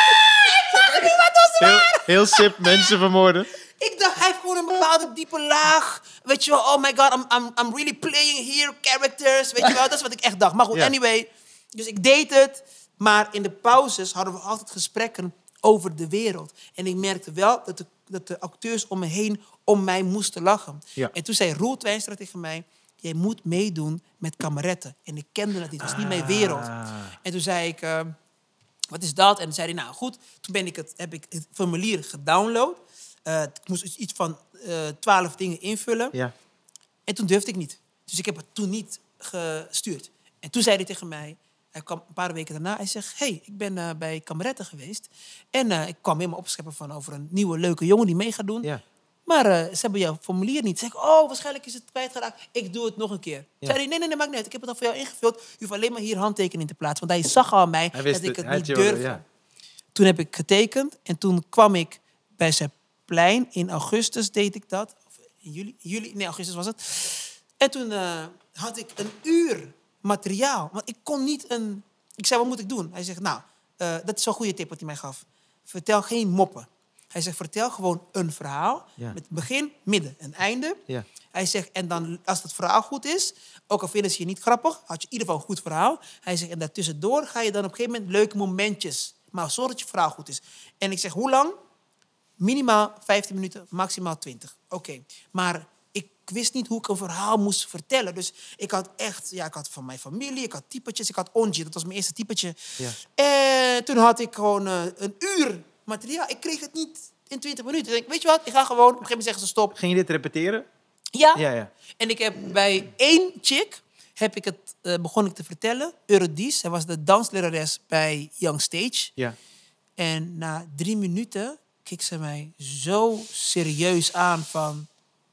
S1: Heel sip mensen vermoorden.
S3: Ik dacht, hij heeft gewoon een bepaalde diepe laag. Weet je wel, oh my god, I'm really playing here characters. Weet je wel, dat is wat ik echt dacht. Maar goed, anyway. Dus ik deed het. Maar in de pauzes hadden we altijd gesprekken over de wereld. En ik merkte wel dat de acteurs om me heen om mij moesten lachen. Ja. En toen zei Roel Twijnstra tegen mij, jij moet meedoen met kameretten. En ik kende dat niet, het was niet mijn wereld. En toen zei ik, wat is dat? En toen zei hij, nou goed, toen heb ik het formulier gedownload. Ik moest iets van 12 dingen invullen. Ja. En toen durfde ik niet. Dus ik heb het toen niet gestuurd. En toen zei hij tegen mij, hij kwam een paar weken daarna, hij zegt, hey, ik ben bij kameretten geweest. En ik kwam helemaal opscheppen over een nieuwe leuke jongen die mee gaat doen. Ja. Maar ze hebben jouw formulier niet. Zeg ik, waarschijnlijk is het kwijtgeraakt. Ik doe het nog een keer. Ja. Zei hij, nee, maakt niet uit. Ik heb het al voor jou ingevuld. Je hoeft alleen maar hier handtekening te plaatsen. Want hij zag al aan mij dat ik het niet durfde. Ja. Toen heb ik getekend. En toen kwam ik bij zijn plein. In augustus deed ik dat. Of in juli? Nee, augustus was het. En toen had ik een uur materiaal. Want ik kon niet Ik zei, wat moet ik doen? Hij zegt, dat is wel een goede tip wat hij mij gaf. Vertel geen moppen. Hij zegt, vertel gewoon een verhaal. Ja. Met begin, midden en einde. Ja. Hij zegt, en dan als het verhaal goed is, ook al vinden ze je niet grappig, had je in ieder geval een goed verhaal. Hij zegt, en daartussendoor ga je dan op een gegeven moment leuke momentjes. Maar zorg dat je verhaal goed is. En ik zeg, hoe lang? Minimaal 15 minuten, maximaal 20. Oké. Maar ik wist niet hoe ik een verhaal moest vertellen. Dus ik had echt, ik had van mijn familie, ik had typetjes, ik had Onji, dat was mijn eerste typetje. Ja. En toen had ik gewoon een uur materiaal. Ik kreeg het niet in 20 minuten. Ik denk, weet je wat, ik ga gewoon, op een gegeven moment zeggen ze stop.
S1: Ging je dit repeteren?
S3: Ja. En ik heb bij 1 chick, begon ik te vertellen, Eurydice, zij was de danslerares bij Young Stage. Ja. En na 3 minuten keek ze mij zo serieus aan van,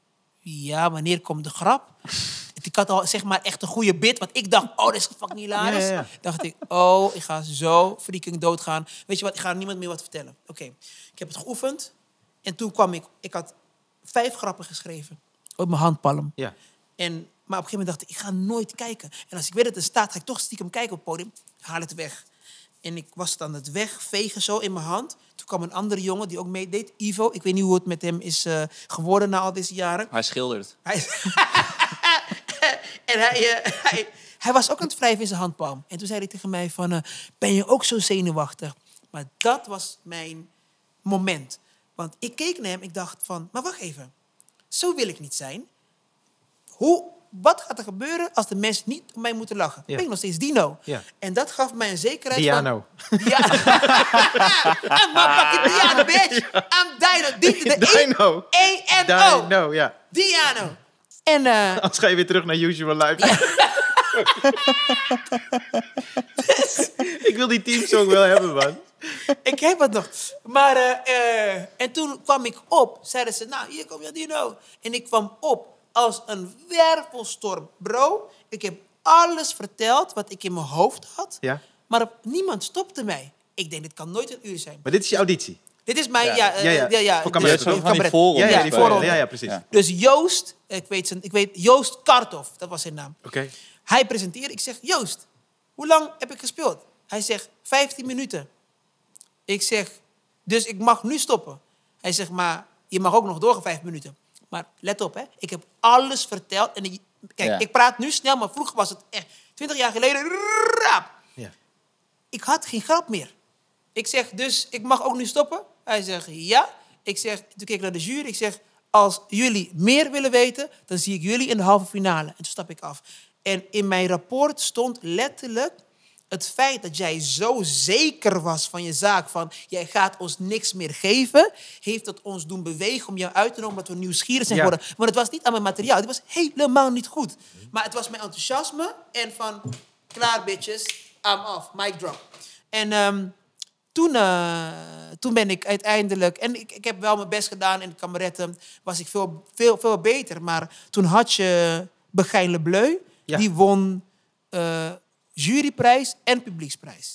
S3: ja, wanneer komt de grap? Ik had al zeg maar echt een goede bit, want ik dacht, dat is fucking hilarisch. Ja. Dacht ik, ik ga zo freaking doodgaan. Weet je wat, ik ga niemand meer wat vertellen. Oké. Ik heb het geoefend. En toen kwam ik had 5 grappen geschreven op mijn handpalm. Ja. Maar op een gegeven moment dacht ik ga nooit kijken. En als ik weet dat er staat, ga ik toch stiekem kijken op het podium. Haal het weg. En ik was dan het wegvegen zo in mijn hand. Toen kwam een andere jongen die ook meedeed, Ivo. Ik weet niet hoe het met hem is geworden na al deze jaren.
S2: Hij schildert.
S3: En hij was ook aan het wrijven in zijn handpalm. En toen zei hij tegen mij van, ben je ook zo zenuwachtig? Maar dat was mijn moment. Want ik keek naar hem, ik dacht van, maar wacht even. Zo wil ik niet zijn. Wat gaat er gebeuren als de mensen niet om mij moeten lachen? Ja. Ben ik nog steeds Dino. Ja. En dat gaf mij een zekerheid
S1: Diano.
S3: van... Diano. I'm fucking Diano, bitch. I'm Dino.
S1: Dino.
S3: A-N-O.
S1: Dino, ja.
S3: Diano. En,
S1: anders ga je weer terug naar Usual Life. Ja. Ik wil die teamsong wel hebben, man.
S3: Ik heb het nog. Maar, en toen kwam ik op. Zeiden ze, hier kom je Dino. En ik kwam op als een wervelstorm. Bro, ik heb alles verteld wat ik in mijn hoofd had. Ja. Maar niemand stopte mij. Ik denk, dit kan nooit een uur zijn.
S1: Maar dit is je auditie?
S3: Dit is mijn...
S1: Voor cabaret. Ja, precies.
S2: Ja.
S3: Dus Joost, ik weet Joost Kartoff, dat was zijn naam.
S1: Oké.
S3: Hij presenteerde. Ik zeg, Joost, hoe lang heb ik gespeeld? Hij zegt, 15 minuten. Ik zeg, dus ik mag nu stoppen. Hij zegt, maar je mag ook nog doorgaan 5 minuten. Maar let op, hè. Ik heb alles verteld. En ik praat nu snel, maar vroeger was het echt 20 jaar geleden. Raap.
S1: Ja.
S3: Ik had geen grap meer. Ik zeg, dus ik mag ook nu stoppen? Hij zegt, ja. Ik zeg, toen keek ik naar de jury. Ik zeg, als jullie meer willen weten, dan zie ik jullie in de halve finale. En toen stap ik af. En in mijn rapport stond letterlijk het feit dat jij zo zeker was van je zaak, van jij gaat ons niks meer geven, heeft het ons doen bewegen om jou uit te nodigen, omdat we nieuwsgierig zijn geworden. Want het was niet aan mijn materiaal, het was helemaal niet goed. Maar het was mijn enthousiasme en van, klaar bitches, I'm off, mic drop. En toen ben ik uiteindelijk, en ik heb wel mijn best gedaan in de kameretten, was ik veel beter. Maar toen had je Begijn Le Bleu, die won juryprijs en publieksprijs.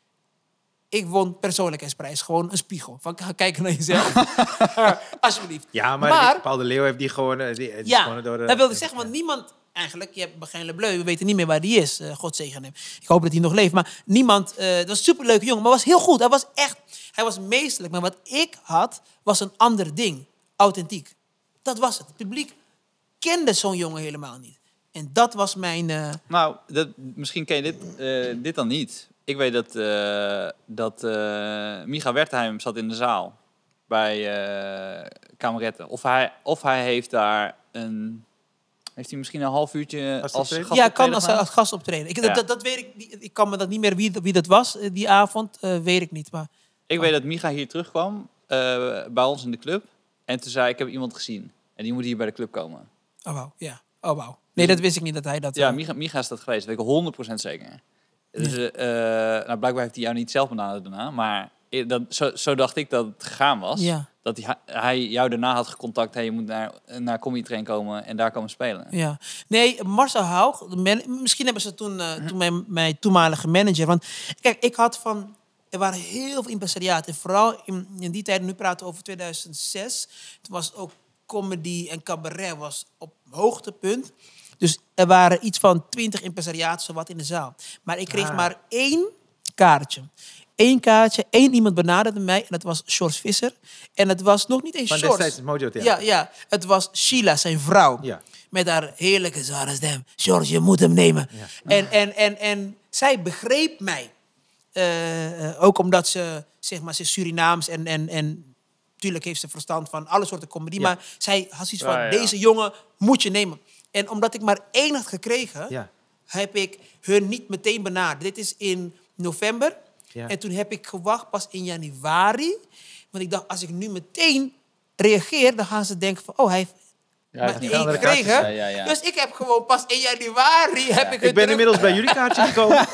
S3: Ik won persoonlijkheidsprijs, gewoon een spiegel. Van, ga kijken naar jezelf. Alsjeblieft.
S1: Ja, maar Paul de Leeuw heeft die gewoon...
S3: dat wilde ik zeggen, want niemand... Eigenlijk, je hebt Begijn Le Bleu, we weten niet meer waar die is. God zegen hem. Ik hoop dat hij nog leeft. Maar niemand... dat was een superleuke jongen, maar was heel goed. Hij was meesterlijk. Maar wat ik had, was een ander ding. Authentiek. Dat was het. Het publiek kende zo'n jongen helemaal niet. En dat was mijn...
S2: Nou, misschien ken je dit dan niet. Ik weet dat Micha Wertheim zat in de zaal bij Kameretten. Of hij heeft daar een... Heeft hij misschien een half uurtje als gast?
S3: Ja, kan als gast optreden. Dat weet ik niet. Ik kan me dat niet meer wie dat was die avond. Weet ik niet. Maar...
S2: Ik weet dat Micha hier terugkwam bij ons in de club. En toen zei ik heb iemand gezien. En die moet hier bij de club komen.
S3: Oh, wauw. Ja. Oh, wauw. Nee, dat wist ik niet dat hij dat...
S2: Ja, Micha is dat geweest. Dat weet ik 100% zeker. Dus nou, blijkbaar heeft hij jou niet zelf benaderd daarna. Maar zo dacht ik dat het gegaan was. Ja. Dat hij jou daarna had gecontact. Hey, je moet naar Comedy Train komen en daar komen spelen. Ja.
S3: Nee, Marcel Haug. Misschien hebben ze toen mijn toenmalige manager. Want kijk, ik had van... Er waren heel veel impresariaten. En vooral in die tijd, nu praten we over 2006. Toen was ook comedy en cabaret was op hoogtepunt. Dus er waren iets van 20 impresariaten zowat in de zaal. Maar ik kreeg maar 1 kaartje. 1 kaartje, 1 iemand benaderde mij. En dat was George Visser. En het was nog niet eens George.
S1: Van destijds Mojo Theater.
S3: Ja. Het was Sheila, zijn vrouw. Ja. Met haar heerlijke zware stem. George, je moet hem nemen. Ja. En zij begreep mij. Ook omdat ze, zeg maar, ze is Surinaams en natuurlijk heeft ze verstand van alle soorten comedy. Ja. Maar zij had zoiets van, deze jongen moet je nemen. En omdat ik maar 1 had gekregen, heb ik hun niet meteen benaderd. Dit is in november. Ja. En toen heb ik gewacht pas in januari. Want ik dacht, als ik nu meteen reageer, dan gaan ze denken van, oh, hij heeft maar 1 gekregen. Ja. Dus ik heb gewoon pas in januari...
S1: Ik ben inmiddels bij jullie kaartje gekomen.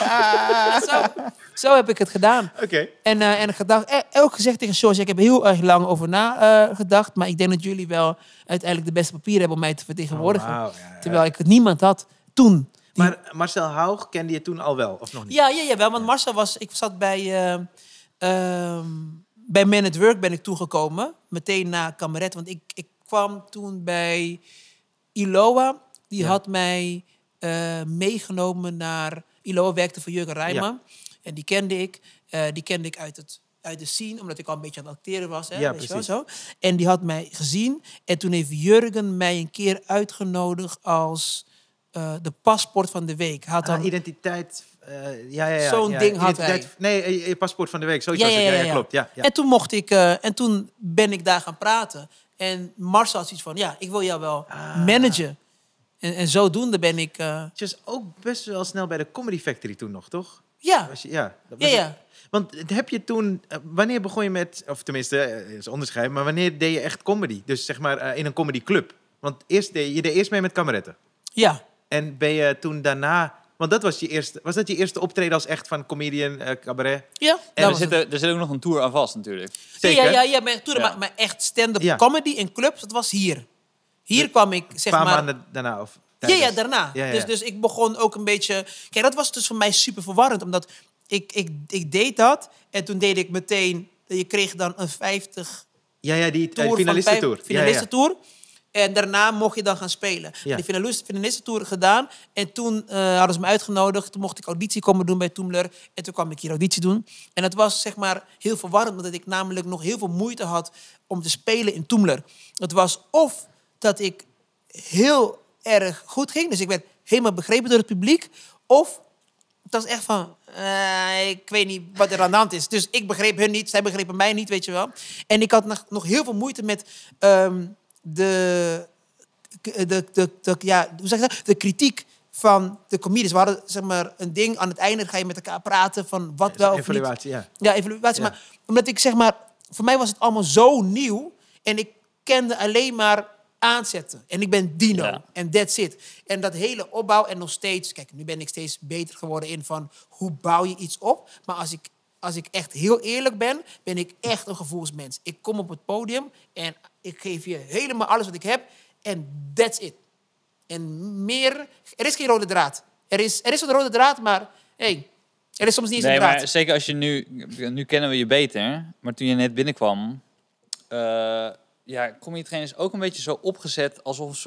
S3: Zo heb ik het gedaan.
S1: Okay.
S3: En gedacht, ook gezegd tegen George, ik heb heel erg lang over nagedacht, maar ik denk dat jullie wel uiteindelijk de beste papieren hebben om mij te vertegenwoordigen. Oh, wow. Terwijl ik het niemand had toen.
S1: Maar Marcel Haug kende je toen al wel, of nog niet?
S3: Ja, wel, want Marcel was... Ik zat bij Man at Work ben ik toegekomen. Meteen na Kameret, want ik kwam toen bij Iloa. Die had mij meegenomen naar... Iloa werkte voor Jurgen Rijman. Ja. En die kende ik. Die kende ik uit de scene, omdat ik al een beetje aan het acteren was. Hè,
S1: ja,
S3: weet je wel, zo. En die had mij gezien. En toen heeft Jurgen mij een keer uitgenodigd als de paspoort van de week. Had dan
S1: identiteit...
S3: Zo'n ding had hij.
S1: Nee, je paspoort van de week. Zoiets was het. Ja, klopt. Ja.
S3: En toen mocht ik... en toen ben ik daar gaan praten. En Marcel had zoiets van... Ja, ik wil jou wel managen. En zodoende ben ik...
S1: Je was ook best wel snel bij de Comedy Factory toen nog, toch?
S3: Ja.
S1: Ja. Want heb je toen... wanneer begon je met... Of tenminste, is onderscheid. Maar wanneer deed je echt comedy? Dus zeg maar in een comedyclub. Want je deed eerst mee met Kameretten.
S3: Ja.
S1: En ben je toen daarna... Want dat was dat je eerste optreden als echt van comedian, cabaret?
S3: Ja.
S2: En er zit ook nog een tour aan vast natuurlijk.
S3: Zeker? Ja, maar echt stand-up comedy in clubs, dat was hier. Hier kwam ik, zeg maar...
S1: Een paar maanden daarna? Of
S3: ja, daarna. Ja. Dus ik begon ook een beetje... Kijk, dat was dus voor mij super verwarrend. Omdat ik deed dat. En toen deed ik meteen... Je kreeg dan een 50...
S1: Ja, die finalistentour.
S3: Finalistentour. En daarna mocht je dan gaan spelen.
S1: Ja.
S3: Die finalistentour gedaan. En toen hadden ze me uitgenodigd. Toen mocht ik auditie komen doen bij Toomler. En toen kwam ik hier auditie doen. En dat was zeg maar heel verwarrend. Omdat ik namelijk nog heel veel moeite had om te spelen in Toomler. Het was of dat ik heel erg goed ging. Dus ik werd helemaal begrepen door het publiek. Of het was echt van... ik weet niet wat er aan de hand is. Dus ik begreep hun niet. Zij begrepen mij niet, weet je wel. En ik had nog heel veel moeite met... de kritiek van de comedians. We hadden zeg maar een ding aan het einde, ga je met elkaar praten van wat wel of
S1: evaluatie,
S3: niet. Ja, evaluatie. Ja. Maar omdat ik zeg maar, voor mij was het allemaal zo nieuw en ik kende alleen maar aanzetten. En ik ben Dino en that's it. En dat hele opbouw en nog steeds, kijk, nu ben ik steeds beter geworden in van hoe bouw je iets op. Maar als ik echt heel eerlijk ben ik echt een gevoelsmens. Ik kom op het podium en ik geef je helemaal alles wat ik heb. En that's it. En meer... Er is geen rode draad. Er is een rode draad, maar... Hey, er is soms niet eens een draad.
S2: Maar zeker als je nu kennen we je beter. Maar toen je net binnenkwam... kom je hetgeen ook een beetje zo opgezet alsof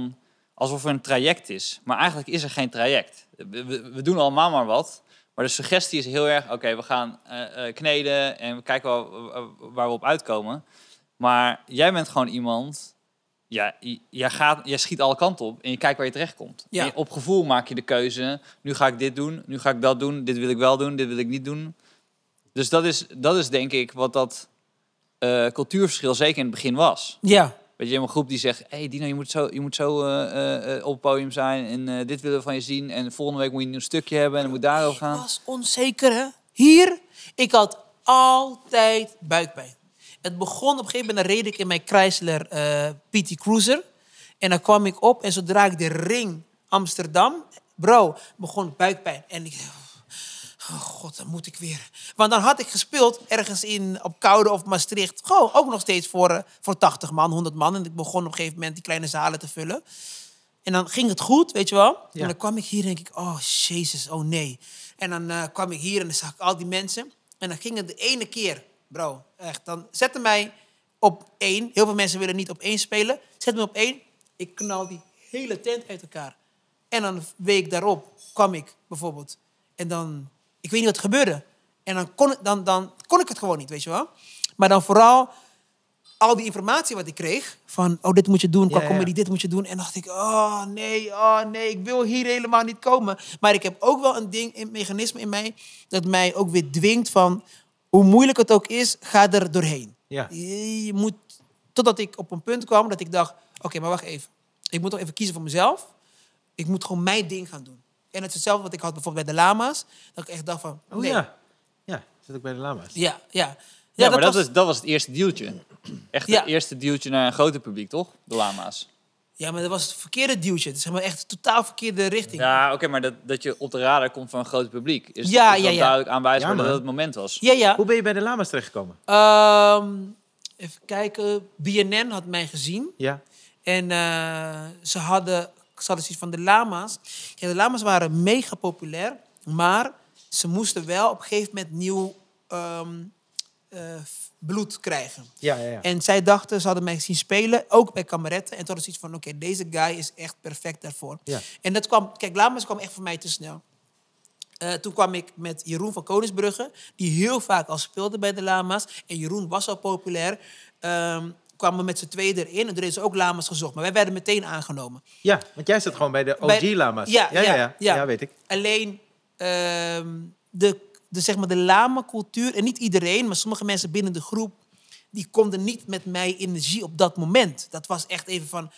S2: er een traject is. Maar eigenlijk is er geen traject. We doen allemaal maar wat. Maar de suggestie is heel erg... Oké, we gaan kneden en we kijken waar we op uitkomen. Maar jij bent gewoon iemand... Ja, jij schiet alle kanten op en je kijkt waar je terecht komt. Ja. Op gevoel maak je de keuze. Nu ga ik dit doen, nu ga ik dat doen. Dit wil ik wel doen, dit wil ik niet doen. Dus dat is denk ik wat dat cultuurverschil zeker in het begin was.
S3: Ja.
S2: Weet je, je hebt een groep die zegt... Hey Dino, je moet zo op het podium zijn en dit willen we van je zien. En volgende week moet je een nieuw stukje hebben en dan moet daarover gaan.
S3: Ik was onzeker, hè. Hier, ik had altijd buikpijn. Het begon op een gegeven moment, dan reed ik in mijn Chrysler PT Cruiser. En dan kwam ik op en zodra ik de ring Amsterdam... Bro, begon buikpijn. En ik dacht, oh god, dan moet ik weer. Want dan had ik gespeeld ergens op Koude of Maastricht. Gewoon ook nog steeds voor 80 man, 100 man. En ik begon op een gegeven moment die kleine zalen te vullen. En dan ging het goed, weet je wel. Ja. En dan kwam ik hier en denk ik, oh jezus, oh nee. En dan kwam ik hier en dan zag ik al die mensen. En dan ging het de ene keer... Bro, echt. Dan zette mij op 1. Heel veel mensen willen niet op 1 spelen. Zet me op 1. Ik knal die hele tent uit elkaar. En dan een week daarop kwam ik bijvoorbeeld. En dan... Ik weet niet wat er gebeurde. En dan kon ik het gewoon niet, weet je wel. Maar dan vooral al die informatie wat ik kreeg. Van, dit moet je doen. Qua comedy, dit moet je doen. En dan dacht ik, oh nee. Ik wil hier helemaal niet komen. Maar ik heb ook wel een mechanisme in mij... dat mij ook weer dwingt van... Hoe moeilijk het ook is, ga er doorheen. Ja. Je moet, totdat ik op een punt kwam dat ik dacht... Oké, maar wacht even. Ik moet toch even kiezen voor mezelf. Ik moet gewoon mijn ding gaan doen. En het is hetzelfde wat ik had bijvoorbeeld bij de Lama's. Dat ik echt dacht van... Nee.
S1: Ja, zit ook bij de Lama's.
S3: Ja,
S2: maar dat was het eerste dealtje. Echt het eerste dealtje naar een groter publiek, toch? De Lama's.
S3: Ja, maar dat was het verkeerde duwtje. Het is helemaal echt totaal verkeerde richting.
S2: Ja, oké, maar dat je op de radar komt van een groot publiek... is duidelijk aanwijsbaar dat het moment was.
S3: Ja.
S1: Hoe ben je bij de Lama's terechtgekomen?
S3: Even kijken. BNN had mij gezien. Ja. En ze hadden zoiets van de Lama's. Ja, de Lama's waren mega populair. Maar ze moesten wel op een gegeven moment nieuw... bloed krijgen. Ja. En zij dachten, ze hadden mij zien spelen, ook bij Kameretten. En toen was iets van, oké, deze guy is echt perfect daarvoor. Ja. En dat kwam, kijk, Lama's kwam echt voor mij te snel. Toen kwam ik met Jeroen van Koningsbrugge, die heel vaak al speelde bij de Lama's. En Jeroen was al populair. Kwamen we met z'n tweeën erin en er is ook Lama's gezocht. Maar wij werden meteen aangenomen. Ja,
S1: want jij zat gewoon bij de OG-Lama's. Ja, weet ik.
S3: Alleen zeg maar de lama-cultuur, en niet iedereen, maar sommige mensen binnen de groep, die konden niet met mij energie op dat moment. Dat was echt even van,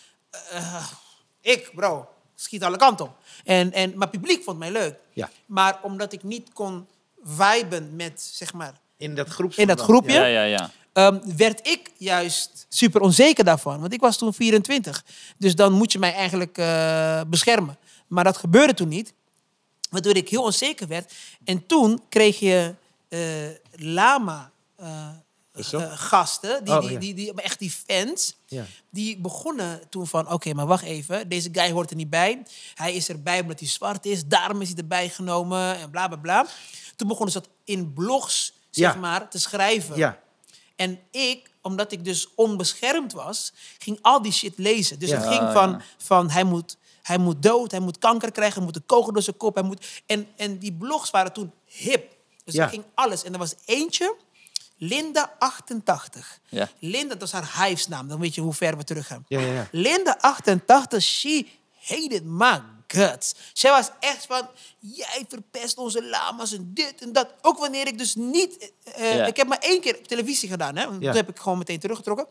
S3: bro, schiet alle kanten op. Maar het publiek vond mij leuk. Ja. Maar omdat ik niet kon viben met, zeg maar...
S1: In dat
S3: groepje. Werd ik juist super onzeker daarvan. Want ik was toen 24. Dus dan moet je mij eigenlijk beschermen. Maar dat gebeurde toen niet. Waardoor ik heel onzeker werd. En toen kreeg je Lama gasten, die echt die fans, die begonnen toen van, oké, maar wacht even, deze guy hoort er niet bij. Hij is erbij omdat hij zwart is, daarom is hij erbij genomen en bla bla bla. Toen begonnen ze dat in blogs, zeg maar, te schrijven. Ja. En ik, omdat ik dus onbeschermd was, ging al die shit lezen. Dus het ging van hij moet dood, hij moet kanker krijgen, hij moet een kogel door zijn kop. En die blogs waren toen hip. Dus er ging alles. En er was eentje, Linda 88. Ja. Linda, dat was haar Hives-naam. Dan weet je hoe ver we terug gaan. Ja. Linda 88, she hated my guts. Zij was echt van, jij verpest onze lama's en dit en dat. Ook wanneer ik dus niet... Ik heb maar 1 keer op televisie gedaan. Hè? Toen heb ik gewoon meteen teruggetrokken.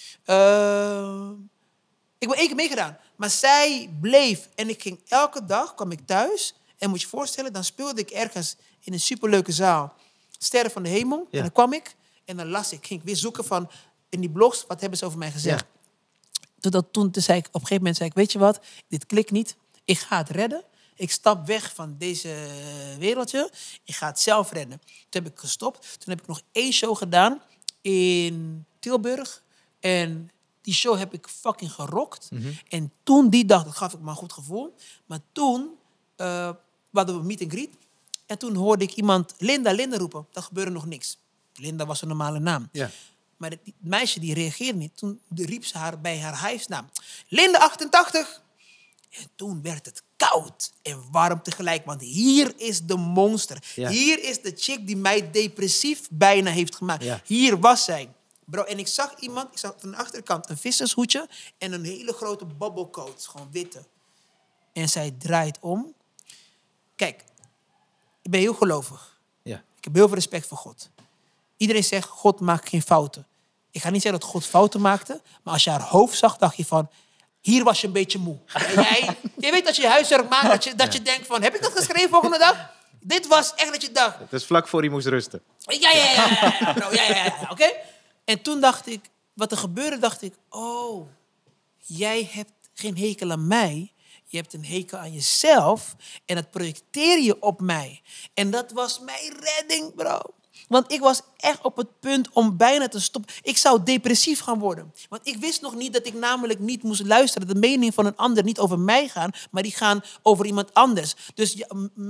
S3: Ik heb 1 keer meegedaan. Maar zij bleef. En ik ging elke dag, kwam ik thuis. En moet je voorstellen, dan speelde ik ergens in een superleuke zaal. Sterren van de Hemel. Ja. En dan kwam ik en dan las ik. Ging ik weer zoeken van, in die blogs, wat hebben ze over mij gezegd. Ja. Toen zei ik, op een gegeven moment zei ik, weet je wat, dit klikt niet. Ik ga het redden. Ik stap weg van deze wereldje. Ik ga het zelf redden. Toen heb ik gestopt. Toen heb ik nog 1 show gedaan in Tilburg. En die show heb ik fucking gerokt. Mm-hmm. En toen die dag, dat gaf ik me een goed gevoel. Maar toen hadden we een meet and greet. En toen hoorde ik iemand Linda roepen. Dat gebeurde nog niks. Linda was een normale naam. Ja. Maar het meisje die reageerde niet. Toen riep ze haar bij haar huisnaam. Linda 88. En toen werd het koud en warm tegelijk. Want hier is de monster. Ja. Hier is de chick die mij depressief bijna heeft gemaakt. Ja. Hier was zij. Bro, en ik zag iemand, van de achterkant een vissershoedje en een hele grote bobblecoat. Gewoon witte. En zij draait om. Kijk, ik ben heel gelovig. Ja. Ik heb heel veel respect voor God. Iedereen zegt, God maakt geen fouten. Ik ga niet zeggen dat God fouten maakte. Maar als je haar hoofd zag, dacht je van, hier was je een beetje moe. Je weet dat je huiswerk maakt, dat je denkt van, heb ik dat geschreven volgende dag? Dit was echt dat je dacht.
S1: Het is vlak voor hij moest rusten.
S3: Ja, bro, oké? En toen dacht ik, wat er gebeurde, dacht ik, oh, jij hebt geen hekel aan mij. Je hebt een hekel aan jezelf en dat projecteer je op mij. En dat was mijn redding, bro. Want ik was echt op het punt om bijna te stoppen. Ik zou depressief gaan worden. Want ik wist nog niet dat ik namelijk niet moest luisteren. De mening van een ander niet over mij gaan, maar die gaan over iemand anders. Dus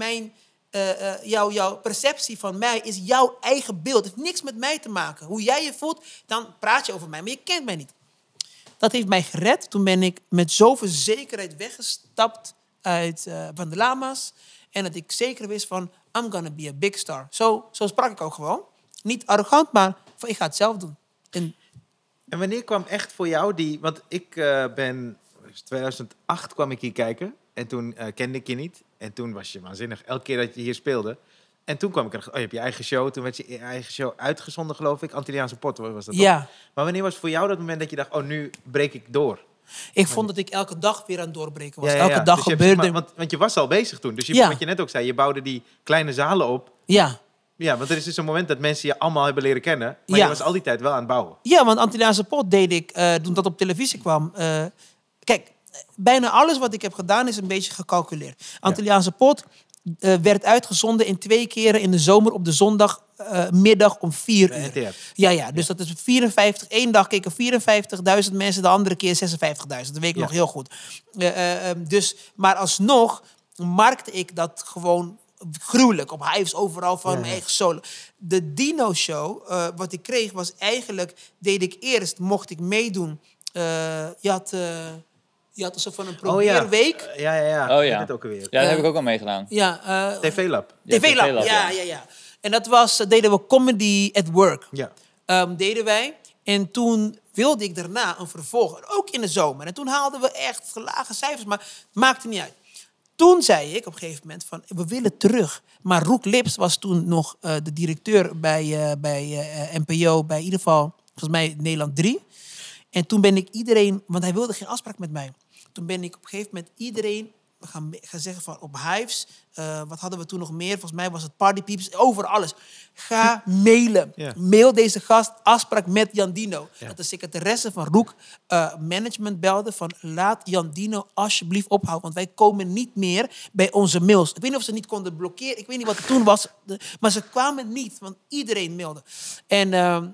S3: jouw perceptie van mij is jouw eigen beeld. Het heeft niks met mij te maken. Hoe jij je voelt, dan praat je over mij. Maar je kent mij niet. Dat heeft mij gered. Toen ben ik met zoveel zekerheid weggestapt van de lama's. En dat ik zeker wist van, I'm gonna be a big star. Zo sprak ik ook gewoon. Niet arrogant, maar van, ik ga het zelf doen.
S1: En wanneer kwam echt voor jou want ik ben... 2008 kwam ik hier kijken. En toen kende ik je niet. En toen was je waanzinnig. Elke keer dat je hier speelde. En toen kwam ik je hebt je eigen show. Toen werd je eigen show uitgezonden, geloof ik. Antilliaanse Pot was dat. Ja. Maar wanneer was voor jou dat moment dat je dacht, oh, nu breek ik door?
S3: Ik vond dat ik elke dag weer aan het doorbreken was. Elke dag dus gebeurde...
S1: Want je was al bezig toen. Dus wat je net ook zei, je bouwde die kleine zalen op. Ja. Ja, want er is dus een moment dat mensen je allemaal hebben leren kennen. Maar je was al die tijd wel aan het bouwen.
S3: Ja, want Antilliaanse Pot deed ik toen dat op televisie kwam. Kijk, bijna alles wat ik heb gedaan is een beetje gecalculeerd. Antilliaanse Pot werd uitgezonden in 2 keren in de zomer op de zondagmiddag om 4 uur. Ja, dus dat is 54. 1 dag keken 54.000 mensen, de andere keer 56.000. Dat weet ik nog heel goed. Maar alsnog markte ik dat gewoon gruwelijk. Op Hives overal van mijn eigen solo. De Dino Show, wat ik kreeg, was eigenlijk... mocht ik meedoen. Je had een soort van een probeerweek.
S2: Ja. Dat ook weer. Ja, daar heb ik ook al meegedaan.
S3: Ja,
S1: TV Lab.
S3: TV Lab, ja. En dat deden we Comedy at Work. Ja. Deden wij. En toen wilde ik daarna een vervolg. Ook in de zomer. En toen haalden we echt lage cijfers. Maar het maakte niet uit. Toen zei ik op een gegeven moment van, we willen terug. Maar Roek Lips was toen nog de directeur bij NPO. Bij in ieder geval, volgens mij Nederland 3. En toen ben ik iedereen... Want hij wilde geen afspraak met mij. Toen ben ik op een gegeven moment iedereen gaan zeggen van op Hives. Wat hadden we toen nog meer? Volgens mij was het Party Peeps. Over alles. Ga mailen. Ja. Mail deze gast. Afspraak met Jan Dino. Ja. Dat de secretaresse van Roek management belde van laat Jan Dino alsjeblieft ophouden. Want wij komen niet meer bij onze mails. Ik weet niet of ze niet konden blokkeren. Ik weet niet wat het toen was. Maar ze kwamen niet. Want iedereen mailde. En...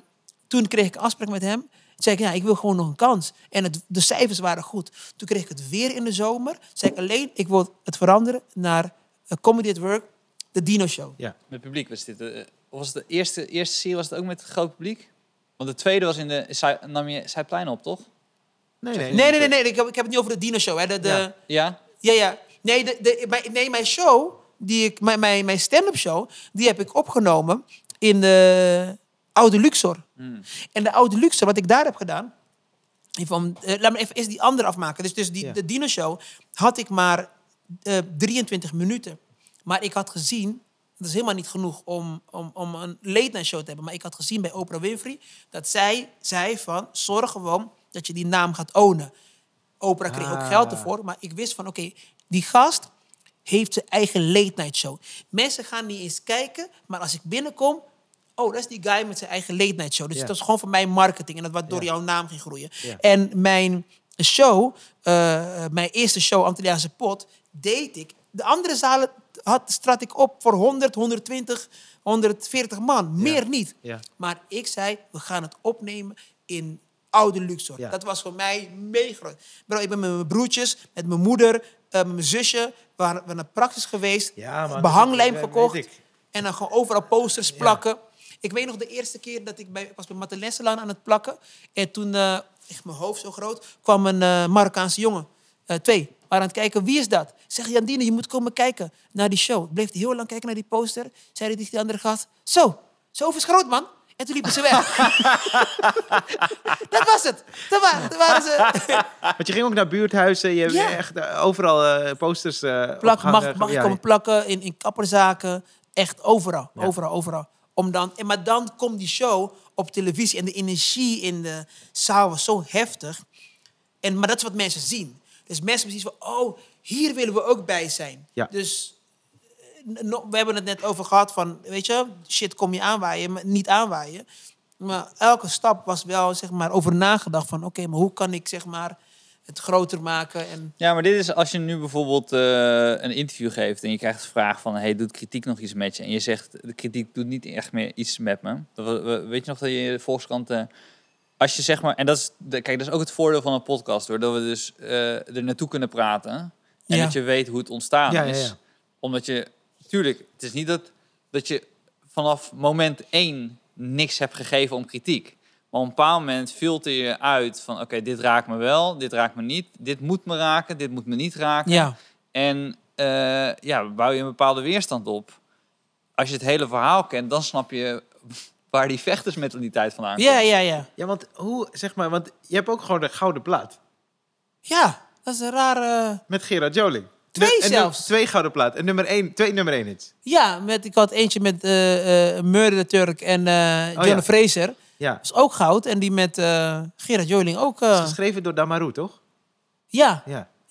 S3: Toen kreeg ik een afspraak met hem. Toen zei ik, ik wil gewoon nog een kans. En de cijfers waren goed. Toen kreeg ik het weer in de zomer. Toen zei ik alleen, ik wil het veranderen naar Comedy at Work, de Dino Show.
S1: Ja.
S2: Met publiek was dit. Was de eerste serie was het ook met groot publiek? Want de tweede was nam je Zuidplein op, toch?
S1: Nee.
S3: Nee. Ik heb het niet over de Dino Show. Hè.
S2: Ja?
S3: Ja. Nee, mijn show, mijn stand-up show, die heb ik opgenomen in de Oude Luxor. En de Oude Luxor, wat ik daar heb gedaan... laat me even eerst die andere afmaken. Dus de Dino Show had ik maar 23 minuten. Maar ik had gezien... Dat is helemaal niet genoeg om een late night show te hebben. Maar ik had gezien bij Oprah Winfrey... dat zij zei van... zorg gewoon dat je die naam gaat ownen. Oprah kreeg ook geld ervoor. Maar ik wist van, oké, die gast heeft zijn eigen late night show. Mensen gaan niet eens kijken. Maar als ik binnenkom... Oh, dat is die guy met zijn eigen late night show. Dus dat is gewoon voor mij marketing. En dat wat door jouw naam ging groeien. Ja. En mijn show, mijn eerste show, Antilliaanse Pot, deed ik. De andere zalen straat ik op voor 100, 120, 140 man. Meer niet. Ja. Maar ik zei, we gaan het opnemen in Oude Luxor. Ja. Dat was voor mij mega groot. Bro, ik ben met mijn broertjes, met mijn moeder, met mijn zusje. We waren naar Praxis geweest. Ja, man, behanglijm gekocht. En dan gewoon overal posters plakken. Ik weet nog de eerste keer dat ik was bij Mattelesselaan aan het plakken. En toen, echt mijn hoofd zo groot, kwam een Marokkaanse jongen. 2. Waren aan het kijken, wie is dat? Zeg, Jandine, je moet komen kijken naar die show. Ik bleef heel lang kijken naar die poster. Zei die die andere gast, zo is groot, man. En toen liepen ze weg. Dat was het. Toen waren ze...
S1: Want je ging ook naar buurthuizen. Je hebt echt overal posters
S3: mag je komen plakken in kapperzaken. Echt overal. Overal. Maar dan komt die show op televisie. En de energie in de zaal was zo heftig. Maar dat is wat mensen zien. Dus mensen precies van, oh, hier willen we ook bij zijn. Ja. Dus we hebben het net over gehad van, weet je, shit kom je aanwaaien, maar niet aanwaaien. Maar elke stap was wel, zeg maar, over nagedacht van, oké, maar hoe kan ik, zeg maar, het groter maken? En...
S2: Ja, maar dit is als je nu bijvoorbeeld een interview geeft en je krijgt de vraag van, hey, doet kritiek nog iets met je? En je zegt, de kritiek doet niet echt meer iets met me. Weet je nog dat je in de Volkskrant... Als je zeg maar, en dat is ook het voordeel van een podcast, hoor, dat we dus er naartoe kunnen praten en dat je weet hoe het ontstaan is. Ja. Omdat je, tuurlijk, het is niet dat je vanaf moment 1 niks hebt gegeven om kritiek. Maar op een bepaald moment filter je uit van, oké, dit raakt me wel, dit raakt me niet, dit moet me raken, dit moet me niet raken. Ja. En bouw je een bepaalde weerstand op. Als je het hele verhaal kent, dan snap je waar die vechtersmentaliteit vandaan komt.
S3: Ja.
S1: Ja, want hoe, zeg maar, want je hebt ook gewoon de Gouden Plaat.
S3: Ja, dat is een rare...
S1: Met Gerard Joling.
S3: 2 zelfs.
S1: 2 Gouden Plaat. En 2 nummer 1 hits.
S3: Ja, ik had eentje met Murder the Turk en John Fraser. Ja. Dat is ook goud. En die met Gerard Joling ook...
S1: Dat is geschreven door Damaru, toch?
S3: Ja.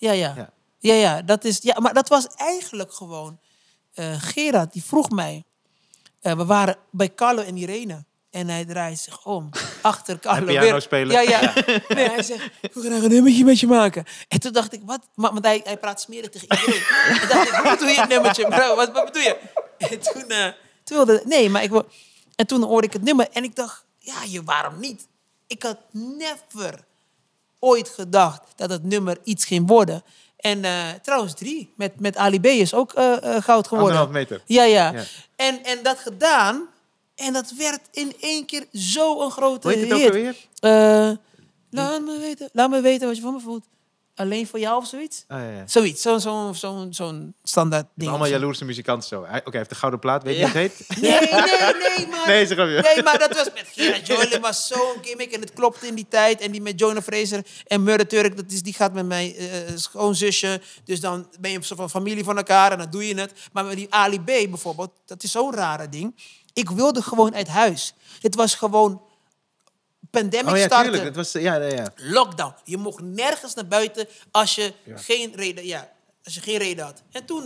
S3: Dat is, maar dat was eigenlijk gewoon... Gerard, die vroeg mij... we waren bij Carlo en Irene. En hij draait zich om. Achter Carlo.
S1: Piano spelen.
S3: Ja. Nee, hij zegt, ik wil graag een nummertje met je maken. En toen dacht ik, wat? Want hij praat smerig tegen iedereen. En dacht ik, wat doe je het nummertje, bro? Wat bedoel je? En toen wilde... Nee, maar en toen hoorde ik het nummer. En ik dacht, waarom niet? Ik had never ooit gedacht dat het nummer iets ging worden. En trouwens 3. Met Ali B is ook goud geworden.
S1: 1,5 meter.
S3: Ja. En dat gedaan. En dat werd in 1 keer zo'n grote hit.
S1: Hoe heet het ook alweer?
S3: Laat me weten wat je van me voelt. Alleen voor jou of zoiets?
S1: Ja.
S3: Zoiets. Zo'n standaard ding.
S1: Allemaal jaloerse muzikanten zo. Oké, hij heeft de Gouden Plaat. Weet je wat het heet?
S3: Nee, maar...
S1: Nee,
S3: maar dat was met Gerard Joling. was zo'n gimmick. En het klopte in die tijd. En die met Jonah Fraser en Murder Turk. Die gaat met mijn schoonzusje. Dus dan ben je een soort van familie van elkaar. En dan doe je het. Maar met die Ali B bijvoorbeeld. Dat is zo'n rare ding. Ik wilde gewoon uit huis. Dit was gewoon... Pandemic starten.
S1: Tuurlijk. Het was, ja.
S3: Lockdown. Je mocht nergens naar buiten als je geen reden had. En toen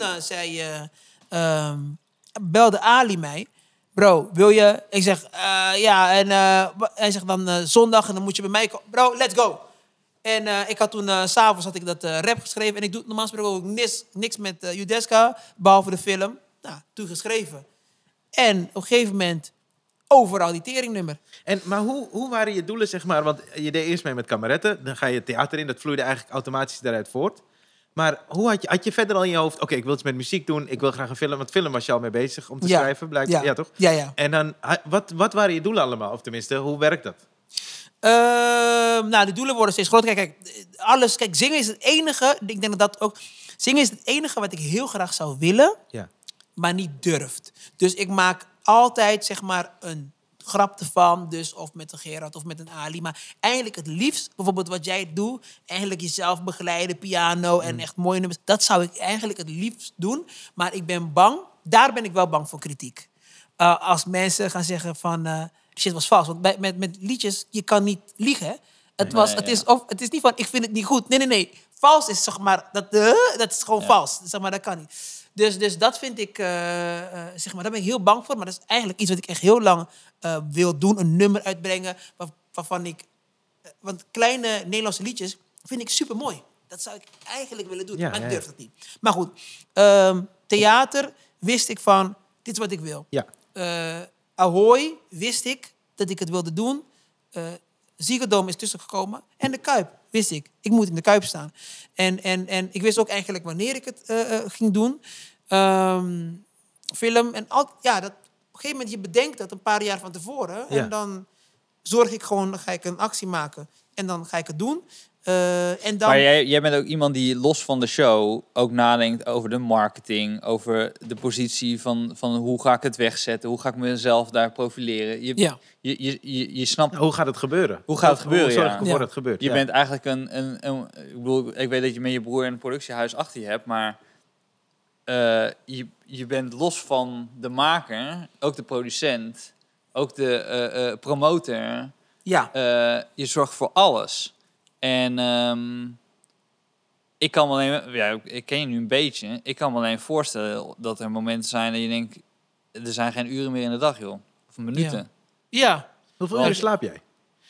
S3: belde Ali mij. Bro, wil je... Ik zeg, en hij zegt dan zondag en dan moet je bij mij komen. Bro, let's go. En ik had toen, s'avonds had ik dat rap geschreven. En ik doe normaal gesproken ook niks met Judeska, behalve de film. Nou, toen geschreven. En op een gegeven moment... overal die teringnummer.
S1: Maar hoe waren je doelen, zeg maar? Want je deed eerst mee met kameretten. Dan ga je theater in. Dat vloeide eigenlijk automatisch daaruit voort. Maar hoe had je verder al in je hoofd... Oké, ik wil iets met muziek doen. Ik wil graag een film. Want film was je al mee bezig om te schrijven, blijkbaar. Ja, toch?
S3: Ja.
S1: En dan, wat waren je doelen allemaal? Of tenminste, hoe werkt dat?
S3: De doelen worden steeds groter. Kijk, zingen is het enige... Ik denk dat ook... Zingen is het enige wat ik heel graag zou willen... maar niet durft. Dus ik maak altijd, zeg maar, een grap ervan. Dus of met een Gerard of met een Ali. Maar eigenlijk het liefst, bijvoorbeeld wat jij doet... eigenlijk jezelf begeleiden, piano en echt mooie nummers... dat zou ik eigenlijk het liefst doen. Maar ik ben bang, daar ben ik wel bang voor kritiek. Als mensen gaan zeggen van... shit was vals. Want met liedjes, je kan niet liegen. Hè? Het is niet van, ik vind het niet goed. Nee. Vals is, zeg maar, dat is gewoon vals. Zeg maar, dat kan niet. Dus dat vind ik, zeg maar, daar ben ik heel bang voor. Maar dat is eigenlijk iets wat ik echt heel lang wil doen. Een nummer uitbrengen waarvan ik... want kleine Nederlandse liedjes vind ik super mooi. Dat zou ik eigenlijk willen doen, maar ik durf het niet. Maar goed, theater wist ik van, dit is wat ik wil.
S1: Ja.
S3: Ahoy wist ik dat ik het wilde doen. Ziggo Dome is tussengekomen. En de Kuip wist ik. Ik moet in de Kuip staan. En ik wist ook eigenlijk wanneer ik het ging doen. Film. En op een gegeven moment, je bedenkt dat een paar jaar van tevoren. Ja. En dan zorg ik gewoon, dan ga ik een actie maken. En dan ga ik het doen. En dan...
S2: Maar jij bent ook iemand die los van de show ook nadenkt over de marketing, over de positie van hoe ga ik het wegzetten, hoe ga ik mezelf daar profileren. Je snapt...
S1: Hoe gaat het gebeuren?
S2: Hoe gaat het gebeuren,
S1: Hoe zorg ik ervoor dat het gebeurt?
S2: Je bent eigenlijk ik bedoel, ik weet dat je met je broer een productiehuis achter je hebt, maar je bent los van de maker, ook de producent, ook de promotor.
S3: Ja.
S2: Je zorgt voor alles. En ik kan me alleen... ik ken je nu een beetje. Ik kan me alleen voorstellen dat er momenten zijn dat je denkt... Er zijn geen uren meer in de dag, joh. Of minuten.
S3: Ja.
S1: Hoeveel uur slaap jij?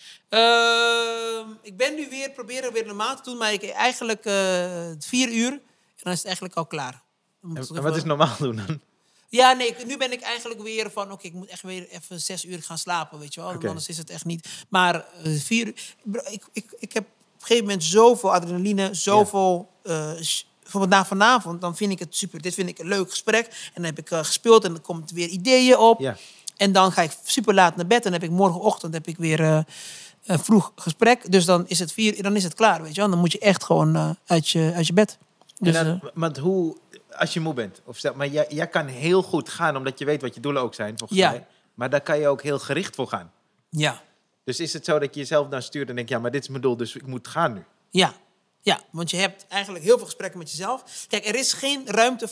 S3: Ik ben nu proberen weer normaal te doen, maar ik eigenlijk 4 uur. En dan is het eigenlijk al klaar.
S1: En wat is normaal doen dan?
S3: Ja, nee, nu ben ik eigenlijk weer van... Oké, ik moet echt weer even 6 uur gaan slapen, weet je wel. Okay. Anders is het echt niet... Maar 4 uur... Ik heb op een gegeven moment zoveel adrenaline, zoveel... bijvoorbeeld vanavond, dan vind ik het super. Dit vind ik een leuk gesprek. En dan heb ik gespeeld en dan komt weer ideeën op. Ja. En dan ga ik super laat naar bed. En dan heb ik morgenochtend weer vroeg gesprek. Dus dan is het 4 uur, dan is het klaar, weet je wel. Dan moet je echt gewoon uit je bed. Dus,
S1: maar hoe... Als je moe bent, maar jij kan heel goed gaan, omdat je weet wat je doelen ook zijn, volgens mij. Maar daar kan je ook heel gericht voor gaan.
S3: Ja.
S1: Dus is het zo dat je jezelf dan stuurt en denkt, ja, maar dit is mijn doel, dus ik moet gaan nu.
S3: Ja, want je hebt eigenlijk heel veel gesprekken met jezelf. Kijk, er is geen ruimte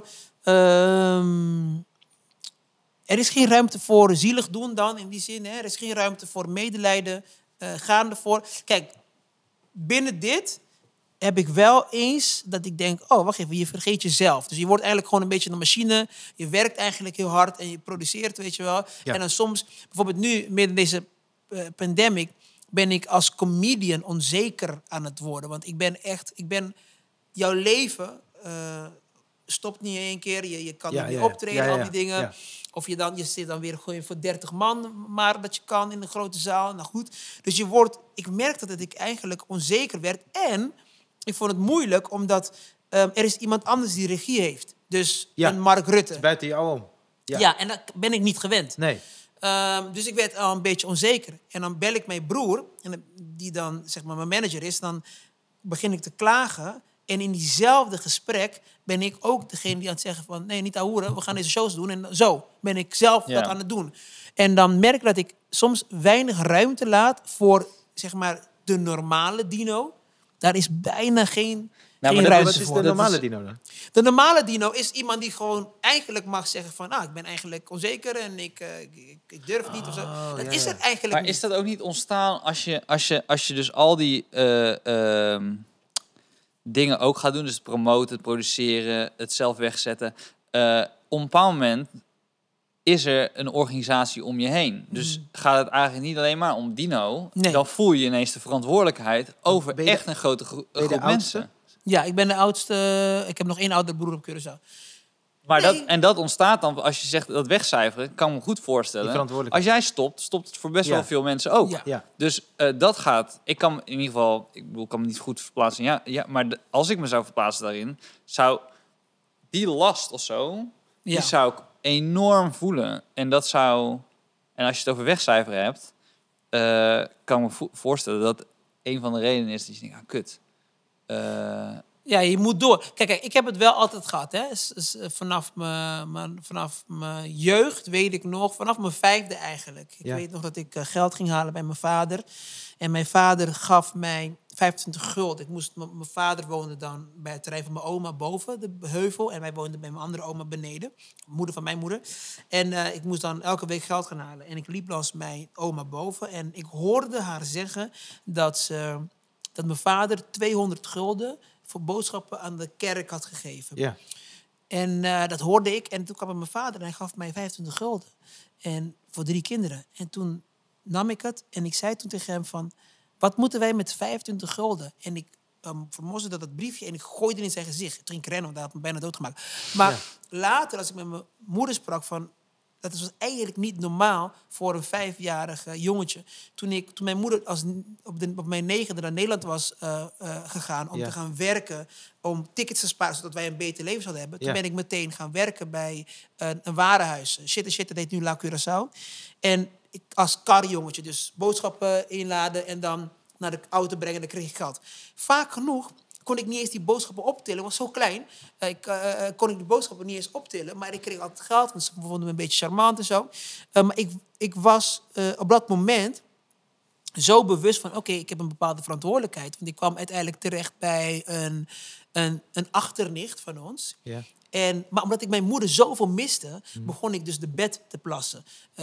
S3: voor zielig doen dan, in die zin. Hè? Er is geen ruimte voor medelijden, gaan ervoor. Kijk, binnen dit... heb ik wel eens dat ik denk... oh, wacht even, je vergeet jezelf. Dus je wordt eigenlijk gewoon een beetje een machine. Je werkt eigenlijk heel hard en je produceert, weet je wel. Ja. En dan soms, bijvoorbeeld nu, midden in deze pandemic... ben ik als comedian onzeker aan het worden. Want ik ben jouw leven stopt niet in één keer. Je kan niet meer optreden, al die dingen. Ja. Of je zit dan weer gewoon voor 30 man... maar dat je kan in een grote zaal. Nou goed. Dus ik merkte dat ik eigenlijk onzeker werd. En... ik vond het moeilijk, omdat er is iemand anders die regie heeft. Dus een Mark Rutte.
S1: Het is buiten jou om.
S3: Ja, en dat ben ik niet gewend.
S1: Nee.
S3: Dus ik werd al een beetje onzeker. En dan bel ik mijn broer, en die dan zeg maar mijn manager is. Dan begin ik te klagen. En in diezelfde gesprek ben ik ook degene die aan het zeggen van... nee, niet ahoeren, we gaan deze shows doen. En zo ben ik zelf dat aan het doen. En dan merk ik dat ik soms weinig ruimte laat voor zeg maar de normale Dino... Daar is bijna geen ruimte voor.
S1: Wat is de normale Dino dan?
S3: De normale Dino is iemand die gewoon eigenlijk mag zeggen van... ik ben eigenlijk onzeker en ik durf niet. Of zo. Dat is er eigenlijk
S2: maar
S3: niet.
S2: Is dat ook niet ontstaan als je dus al die dingen ook gaat doen? Dus het promoten, het produceren, het zelf wegzetten. Op een bepaald moment... is er een organisatie om je heen. Dus gaat het eigenlijk niet alleen maar om Dino. Nee. Dan voel je ineens de verantwoordelijkheid over echt een grote groep mensen.
S3: Ja, ik ben de oudste. Ik heb nog 1 oudere broer op Curaçao.
S2: Maar dat ontstaat dan, als je zegt dat wegcijferen, kan me goed voorstellen. Als jij stopt het voor best wel veel mensen ook.
S1: Ja.
S2: Dus dat gaat... Ik kan in ieder geval... Ik bedoel, ik kan me niet goed verplaatsen. Ja, maar als ik me zou verplaatsen daarin, zou die last of zo, die zou ik enorm voelen. En dat zou... En als je het over wegcijferen hebt, kan ik me voorstellen dat een van de redenen is dat je denkt, kut.
S3: Ja, je moet door. Kijk, ik heb het wel altijd gehad. Hè. Vanaf mijn jeugd weet ik nog, vanaf mijn 5e eigenlijk. Ik weet nog dat ik geld ging halen bij mijn vader. En mijn vader gaf mij 25 gulden. Mijn vader woonde dan bij het terrein van mijn oma boven de heuvel. En wij woonden bij mijn andere oma beneden. Moeder van mijn moeder. En ik moest dan elke week geld gaan halen. En ik liep langs mijn oma boven. En ik hoorde haar zeggen dat mijn vader 200 gulden voor boodschappen aan de kerk had gegeven.
S1: Ja.
S3: En dat hoorde ik. En toen kwam mijn vader en hij gaf mij 25 gulden. En voor 3 kinderen. En toen nam ik het en ik zei toen tegen hem van, wat moeten wij met 25 gulden? En ik vermorzelde dat briefje en ik gooide in zijn gezicht. Toen ging ik rennen, want hij had me bijna doodgemaakt. Maar later, als ik met mijn moeder sprak van, dat was eigenlijk niet normaal voor een 5-jarige jongetje. Toen mijn moeder op mijn 9e naar Nederland was gegaan om te gaan werken, om tickets te sparen, zodat wij een beter leven zouden hebben. Toen ben ik meteen gaan werken bij een warenhuis. Shit, dat heet nu La Curaçao. En ik als karjongetje, dus boodschappen inladen en dan naar de auto brengen, dan kreeg ik geld. Vaak genoeg kon ik niet eens die boodschappen optillen. Het was zo klein. Kon ik die boodschappen niet eens optillen. Maar ik kreeg altijd geld. Want ze vonden me een beetje charmant en zo. Maar ik was op dat moment zo bewust van, oké, ik heb een bepaalde verantwoordelijkheid. Want ik kwam uiteindelijk terecht bij een achternicht van ons. Ja. Maar omdat ik mijn moeder zoveel miste, begon ik dus de bed te plassen.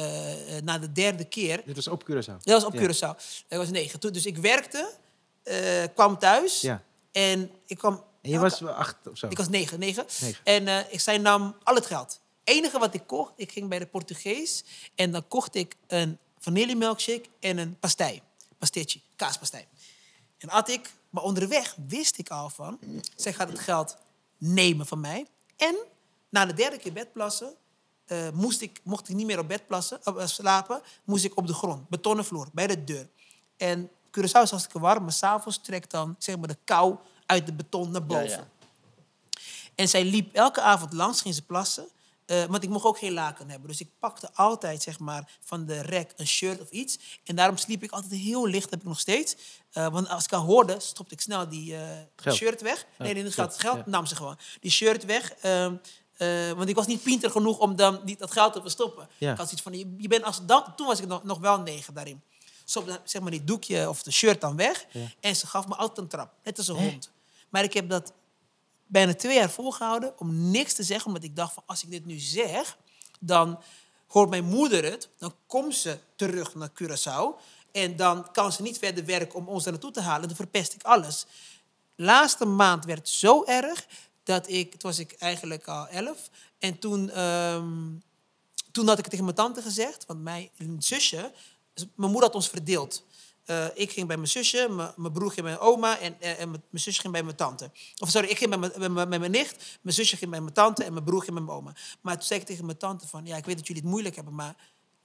S3: Na de 3e keer.
S1: Dit was op Curaçao?
S3: Dat was op Curaçao. Ik was 9. Dus ik werkte, kwam thuis. Ja. En ik kwam...
S1: En je was 8 of zo?
S3: Ik was 9. En zij nam al het geld. Het enige wat ik kocht, ik ging bij de Portugees. En dan kocht ik een vanillemilkshake en een pasteitje, kaaspastei. En at ik, maar onderweg wist ik al van, zij gaat het geld nemen van mij. En na de 3e keer bedplassen, mocht ik niet meer op bed slapen, moest ik op de grond, betonnen vloer, bij de deur. En Curaçao is hartstikke warm, maar 's avonds trekt dan zeg maar de kou uit de beton naar boven. Ja. En zij liep elke avond langs, ging ze plassen. Want ik mocht ook geen laken hebben. Dus ik pakte altijd zeg maar, van de rek een shirt of iets. En daarom sliep ik altijd heel licht, heb ik nog steeds. Want als ik haar hoorde, stopte ik snel die shirt weg. Nee, het geld nam ze gewoon. Die shirt weg. Want ik was niet pinter genoeg om dan dat geld te verstoppen. Ja. Ik had zoiets van, je bent toen was ik nog wel 9 daarin. Stopte zeg maar die doekje of de shirt dan weg. Ja. En ze gaf me altijd een trap. Net als een hond. Maar ik heb dat bijna 2 jaar volgehouden om niks te zeggen. Omdat ik dacht van, als ik dit nu zeg, dan hoort mijn moeder het. Dan komt ze terug naar Curaçao. En dan kan ze niet verder werken om ons daar naartoe te halen. Dan verpest ik alles. Laatste maand werd het zo erg dat toen was ik eigenlijk al 11. En toen had ik het tegen mijn tante gezegd. Want mijn zusje, mijn moeder had ons verdeeld. Ik ging bij mijn zusje, mijn broer ging bij mijn oma en mijn zusje ging bij mijn tante. Of sorry, ik ging bij mijn nicht, mijn zusje ging bij mijn tante en mijn broer ging bij mijn oma. Maar toen zei ik tegen mijn tante van, ja, ik weet dat jullie het moeilijk hebben, maar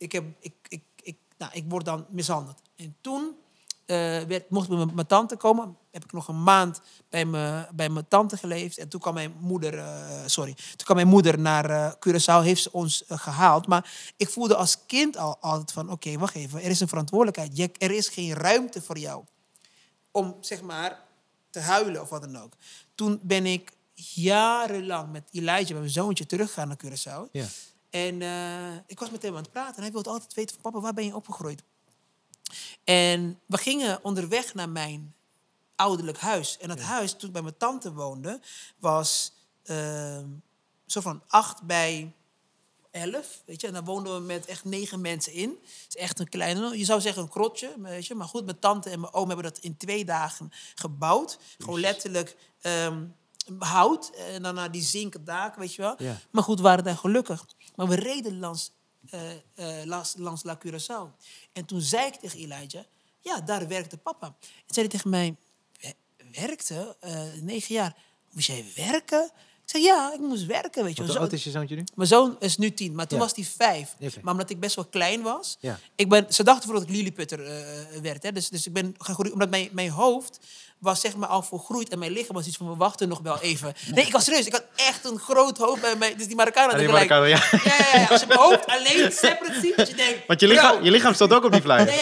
S3: ik word dan mishandeld. En toen mocht ik bij mijn tante komen, heb ik nog een maand bij mijn tante geleefd. En toen kwam mijn moeder naar Curaçao, heeft ze ons gehaald. Maar ik voelde als kind altijd van, oké, wacht even, er is een verantwoordelijkheid. Er is geen ruimte voor jou om, zeg maar, te huilen of wat dan ook. Toen ben ik jarenlang met Elijah, mijn zoontje, teruggegaan naar Curaçao. Ja. En ik was met hem aan het praten en hij wilde altijd weten van, papa, waar ben je opgegroeid? En we gingen onderweg naar mijn ouderlijk huis. En dat huis, toen ik bij mijn tante woonde, was zo van 8 bij 11. Weet je? En daar woonden we met echt 9 mensen in. Het is echt een kleine, je zou zeggen een krotje. Weet je? Maar goed, mijn tante en mijn oom hebben dat in 2 dagen gebouwd. Gewoon letterlijk hout. En dan naar die zinken daken, weet je wel. Ja. Maar goed, we waren daar gelukkig. Maar we reden langs La Curaçao. En toen zei ik tegen Elijah, ja, daar werkte papa. En zei hij tegen mij, werkte? 9 jaar. Moest jij werken? Ik zei, ja, ik moest werken, weet je.
S1: Hoe oud is je zoontje nu?
S3: Mijn zoon is nu 10, maar toen was hij 5.
S1: Okay.
S3: Maar omdat ik best wel klein was...
S1: Ja.
S3: Ze dachten vooral dat ik lilliputter werd. Hè. Dus ik ben gaan groeien. Omdat mijn hoofd was zeg maar al volgroeid. En mijn lichaam was iets van, we wachten nog wel even. Nee, ik was serieus. Ik had echt een groot hoofd bij mij. Dus die Marokkanen hadden gelijk. Ja. Als je mijn hoofd alleen separate ziet, dat je denkt...
S1: Want je lichaam stond ook op die flyer.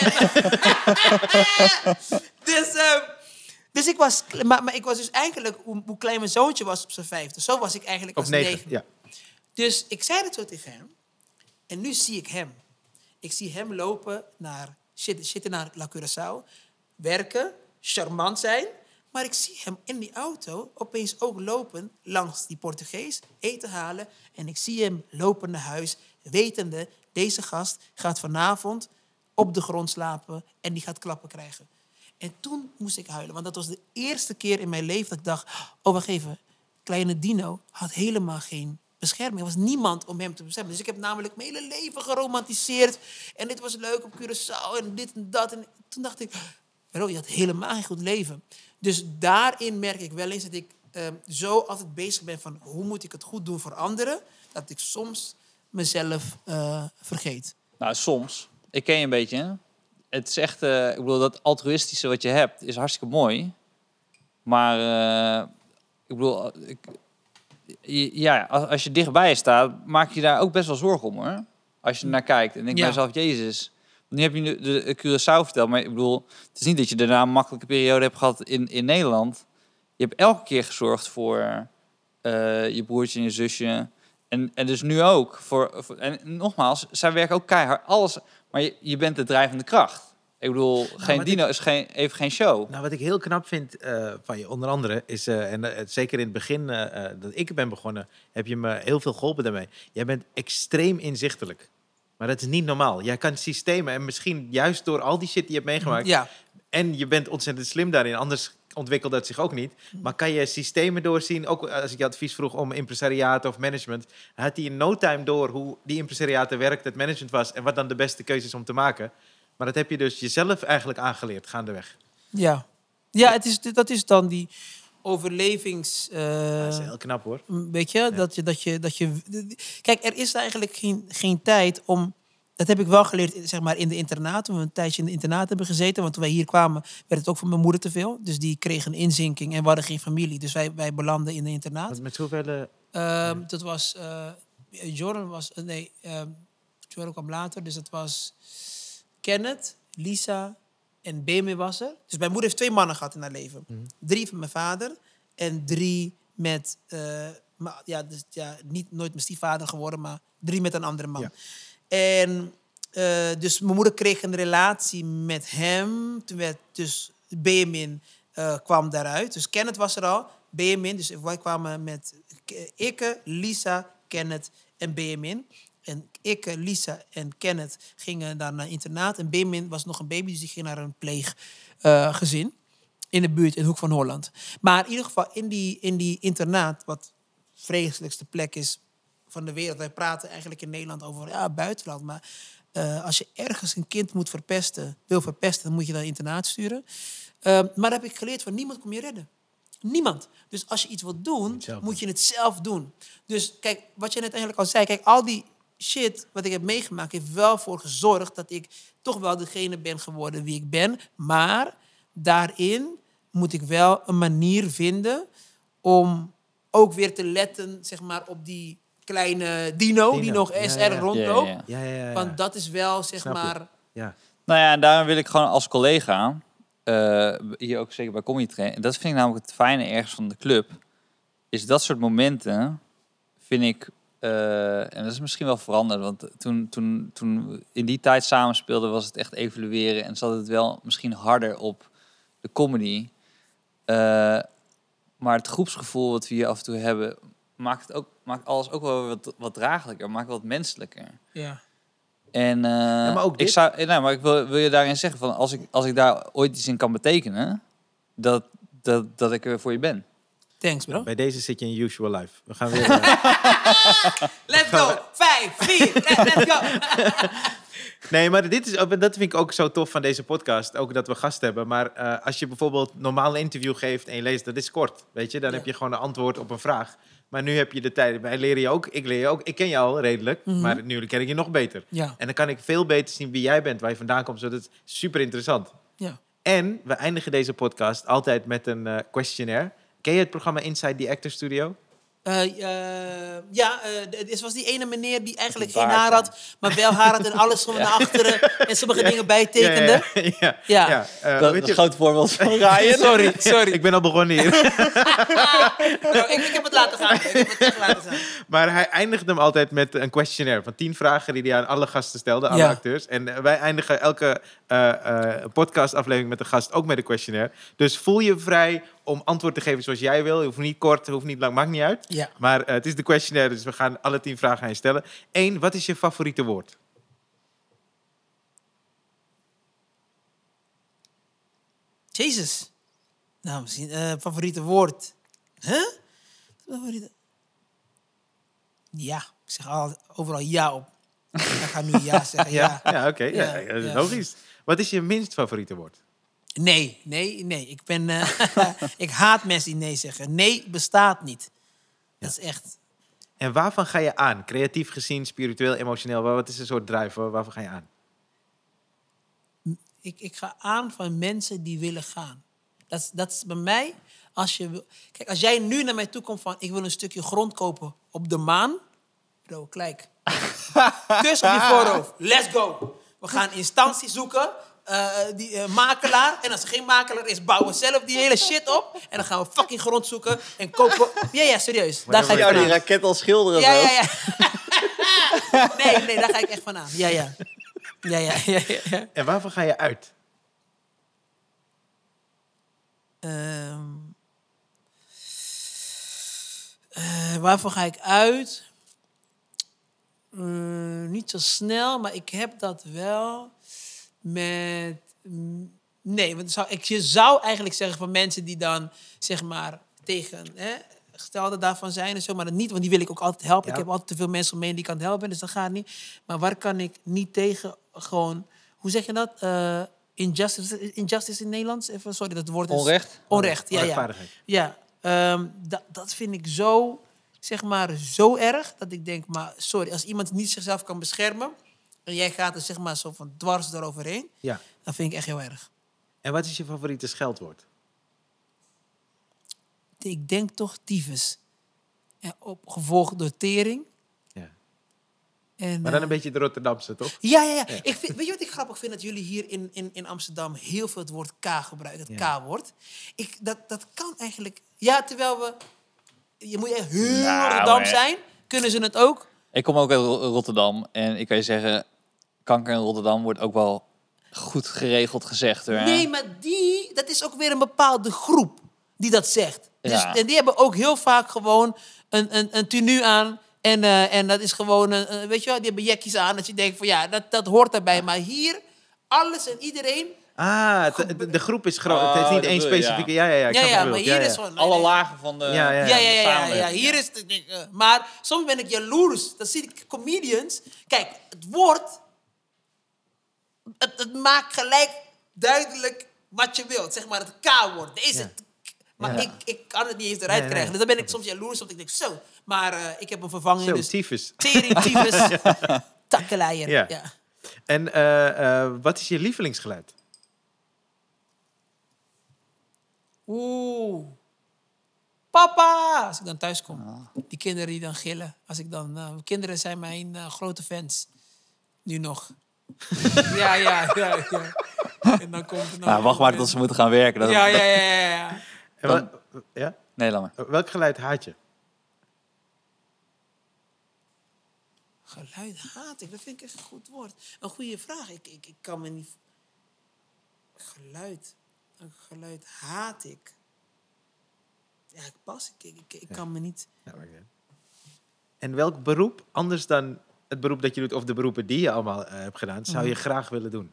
S3: Dus ik was... Maar ik was dus eigenlijk... Hoe klein mijn zoontje was op zijn 5. Zo was ik eigenlijk als 9.
S1: Ja.
S3: Dus ik zei het zo tegen hem. En nu zie ik hem. Ik zie hem lopen zitten naar La Curaçao. Werken, charmant zijn. Maar ik zie hem in die auto opeens ook lopen langs die Portugees, eten halen. En ik zie hem lopen naar huis, wetende, deze gast gaat vanavond op de grond slapen en die gaat klappen krijgen. En toen moest ik huilen, want dat was de eerste keer in mijn leven dat ik dacht, oh wacht even, kleine Dino had helemaal geen bescherming. Er was niemand om hem te beschermen. Dus ik heb namelijk mijn hele leven geromantiseerd. En dit was leuk op Curaçao en dit en dat. En toen dacht ik, bro, je had helemaal geen goed leven. Dus daarin merk ik wel eens dat ik zo altijd bezig ben van hoe moet ik het goed doen voor anderen, dat ik soms mezelf vergeet.
S2: Nou, soms. Ik ken je een beetje. Hè? Het is echt, ik bedoel, dat altruïstische wat je hebt is hartstikke mooi. Maar ik bedoel, als je dichtbij je staat, maak je daar ook best wel zorgen om, hoor. Als je er naar kijkt en denk bij jezelf, Jezus. Nu heb je nu de Curaçao verteld, maar ik bedoel, het is niet dat je daarna een makkelijke periode hebt gehad in Nederland. Je hebt elke keer gezorgd voor je broertje en je zusje. En dus nu ook. En nogmaals, zij werken ook keihard. Alles, maar je bent de drijvende kracht. Ik bedoel, geen Dino is even geen show.
S1: Nou, wat ik heel knap vind van je, onder andere, is... zeker in het begin dat ik ben begonnen, heb je me heel veel geholpen daarmee. Jij bent extreem inzichtelijk. Maar dat is niet normaal. Jij kan systemen en misschien juist door al die shit die je hebt meegemaakt...
S3: Ja.
S1: En je bent ontzettend slim daarin, anders ontwikkelt dat zich ook niet. Maar kan je systemen doorzien? Ook als ik je advies vroeg om impresariaat of management, had hij in no time door hoe die impresariaten werkt, het management was en wat dan de beste keuze is om te maken. Maar dat heb je dus jezelf eigenlijk aangeleerd, gaandeweg.
S3: Ja, dat is dan die overlevings...
S1: Dat is heel knap, hoor.
S3: Weet je, dat je... Kijk, er is eigenlijk geen tijd om... Dat heb ik wel geleerd, zeg maar, in de internaat. Toen we een tijdje in de internaat hebben gezeten. Want toen wij hier kwamen, werd het ook voor mijn moeder te veel. Dus die kreeg een inzinking en we hadden geen familie. Dus wij belanden in de internaat.
S1: Met zoveel...
S3: Dat was... Jordan was... Jordan kwam later. Dus dat was Kenneth, Lisa en Beme was er. Dus mijn moeder heeft 2 mannen gehad in haar leven. 3 van mijn vader en 3 met... nooit mijn stiefvader geworden, maar 3 met een andere man. Ja. En dus mijn moeder kreeg een relatie met hem. Toen werd dus Benjamin kwam daaruit. Dus Kenneth was er al. Benjamin, dus wij kwamen met ik, Lisa, Kenneth en Benjamin. En ik, Lisa en Kenneth gingen daar naar internaat. En Benjamin was nog een baby, dus die ging naar een pleeggezin. In de buurt, in de Hoek van Holland. Maar in ieder geval in die internaat, wat de vreselijkste plek is van de wereld. Wij praten eigenlijk in Nederland over buitenland. Maar als je ergens een kind wil verpesten, dan moet je naar een internaat sturen. Maar dat heb ik geleerd van niemand kom je redden. Niemand. Dus als je iets wilt doen, moet je het zelf doen. Dus kijk, wat je net eigenlijk al zei. Kijk, al die shit wat ik heb meegemaakt heeft wel voor gezorgd dat ik toch wel degene ben geworden wie ik ben. Maar daarin moet ik wel een manier vinden om ook weer te letten, zeg maar, op die kleine Dino. Die nog erg rondloopt.
S1: Ja.
S3: Want dat is wel, zeg maar...
S1: Ja.
S2: Nou ja, en daarom wil ik gewoon als collega, hier ook zeker bij Comedy Train, en dat vind ik namelijk het fijne ergens van de club, is dat soort momenten, vind ik, en dat is misschien wel veranderd, want toen we in die tijd samenspeelden, was het echt evalueren en zat het wel misschien harder op de comedy. Maar het groepsgevoel wat we hier af en toe hebben, maakt alles ook wel wat draaglijker, maakt wat menselijker.
S3: Ja.
S2: En
S1: maar ook dit...
S2: ik wil je daarin zeggen van als ik daar ooit iets in kan betekenen, dat ik er voor je ben.
S3: Thanks, bro.
S1: Bij deze zit je in Usual Life. We gaan weer...
S3: Let's go! 5, 4, let's go!
S1: Nee, maar dat vind ik ook zo tof van deze podcast. Ook dat we gasten hebben. Maar als je bijvoorbeeld normaal een interview geeft en je leest, dat is kort. Weet je? Dan heb je gewoon een antwoord op een vraag. Maar nu heb je de tijd. Wij leren je ook. Ik leer je ook. Ik ken je al redelijk. Maar nu ken ik je nog beter.
S3: Ja.
S1: En dan kan ik veel beter zien wie jij bent. Waar je vandaan komt. Zodat het super interessant.
S3: Ja.
S1: En we eindigen deze podcast altijd met een questionnaire. Ken je het programma Inside the Actor Studio?
S3: Het was die ene meneer die eigenlijk
S2: Met
S3: geen
S2: baard,
S3: haar had, maar wel haar had en alles gewoon naar achteren en sommige dingen bijtekende. Ja.
S2: Dat is een groot voorbeeld van Ryan.
S3: Sorry.
S1: Ik ben al begonnen hier.
S3: Ik heb het laten gaan.
S1: Maar hij eindigt hem altijd met een questionnaire van 10 vragen die hij aan alle gasten stelde, alle acteurs. En wij eindigen elke podcastaflevering met de gast ook met een questionnaire. Dus voel je vrij om antwoord te geven zoals jij wil. Je hoeft niet kort, hoeft niet lang, maakt niet uit.
S3: Ja.
S1: Maar het is de questionnaire, dus we gaan alle 10 vragen aan je stellen. 1, wat is je favoriete woord?
S3: Jezus. Nou, misschien favoriete woord. Huh? Favoriete... Ja, ik zeg overal ja op. Ik ga nu ja zeggen, ja.
S1: Ja, oké.
S3: Ja,
S1: Ja, dat is
S3: ja.
S1: logisch. Wat is je minst favoriete woord?
S3: Nee. Ik ben... ik haat mensen die nee zeggen. Nee bestaat niet. Dat is echt...
S1: En waarvan ga je aan? Creatief gezien, spiritueel, emotioneel. Wat is een soort drive? Waarvan ga je aan?
S3: Ik ga aan van mensen die willen gaan. Dat is bij mij... Kijk, als jij nu naar mij toe komt van... ik wil een stukje grond kopen op de maan. Bro, kijk. Kus op je voorhoofd. Let's go. We gaan instantie zoeken. Makelaar. En als er geen makelaar is, bouwen we zelf die hele shit op. En dan gaan we fucking grond zoeken en kopen. Ja, serieus. Daar ga ik
S2: Jou die
S3: vandaan.
S2: raket al schilderen.
S3: Ja.
S2: zo.
S3: Nee, daar ga ik echt van aan. Ja.
S1: En waarvan ga je uit?
S3: Waarvoor ga ik uit? Niet zo snel, maar ik heb dat wel met... Nee, want je zou eigenlijk zeggen van mensen die dan, zeg maar, tegen gestelde daarvan zijn en zo, maar dat niet, want die wil ik ook altijd helpen.
S1: Ja.
S3: Ik heb altijd te veel mensen om me heen die kan helpen, dus dat gaat niet. Maar waar kan ik niet tegen gewoon... Hoe zeg je dat? Injustice in Nederlands? Even, sorry, dat woord is...
S2: Onrecht?
S3: Onrecht, ja.
S1: Onrechtvaardigheid.
S3: Ja, dat vind ik zo, zeg maar, zo erg dat ik denk, maar sorry, als iemand niet zichzelf kan beschermen en jij gaat er zeg maar zo van dwars eroverheen,
S1: Ja.
S3: dat vind ik echt heel erg.
S1: En wat is je favoriete scheldwoord?
S3: Ik denk toch tyfus. Opgevolgd door tering.
S1: Ja.
S3: En,
S1: Maar dan een beetje de Rotterdamse, toch?
S3: Ja. Weet je wat ik grappig vind? Dat jullie hier in Amsterdam heel veel het woord K gebruiken. Het K-woord. Dat kan eigenlijk... Ja, terwijl je moet echt heel Rotterdam zijn. Kunnen ze het ook?
S2: Ik kom ook uit Rotterdam. En ik kan je zeggen, kanker in Rotterdam wordt ook wel goed geregeld gezegd. Hoor.
S3: Nee, maar dat is ook weer een bepaalde groep die dat zegt. Dus,
S2: Ja.
S3: en die hebben ook heel vaak gewoon een tenue aan. En dat is gewoon, weet je wel, die hebben jekjes aan. Dat je denkt van ja, dat hoort daarbij. Maar hier, alles en iedereen...
S1: De groep is groot. Het heeft niet één specifieke... Ja. Ik snap wat je
S3: maar
S1: bedoelt.
S3: hier is gewoon...
S2: Alle lagen van de
S3: Ja. Hier is het... maar soms ben ik jaloers. Dan zie ik comedians... Kijk, het woord... Het maakt gelijk duidelijk wat je wilt. Zeg maar het K-woord. Deze... Maar ik kan het niet eens eruit krijgen. Dus dan ben ik soms jaloers. Want ik denk, zo. Maar ik heb een vervanging.
S1: Zo,
S3: Dus
S1: tyfus.
S3: tering, tyfus, takkenleier.
S1: Ja.
S3: Ja.
S1: En wat is je lievelingsgeluid?
S3: Oeh. Papa! Als ik dan thuis kom. Die kinderen die dan gillen. Als ik dan... kinderen zijn mijn grote fans. Nu nog. Ja. En dan komt...
S2: Nou, wacht maar tot ze moeten gaan werken. Dat...
S3: Ja.
S1: En ja?
S2: Nee, laat maar.
S1: Welk geluid haat je?
S3: Geluid haat ik. Dat vind ik echt een goed woord. Een goede vraag. Ik kan me niet... Geluid. Een geluid haat ik. Ja, ik pas. Ik kan me niet...
S1: Ja, maakt niet uit. En welk beroep, anders dan het beroep dat je doet... of de beroepen die je allemaal hebt gedaan... zou je graag willen doen?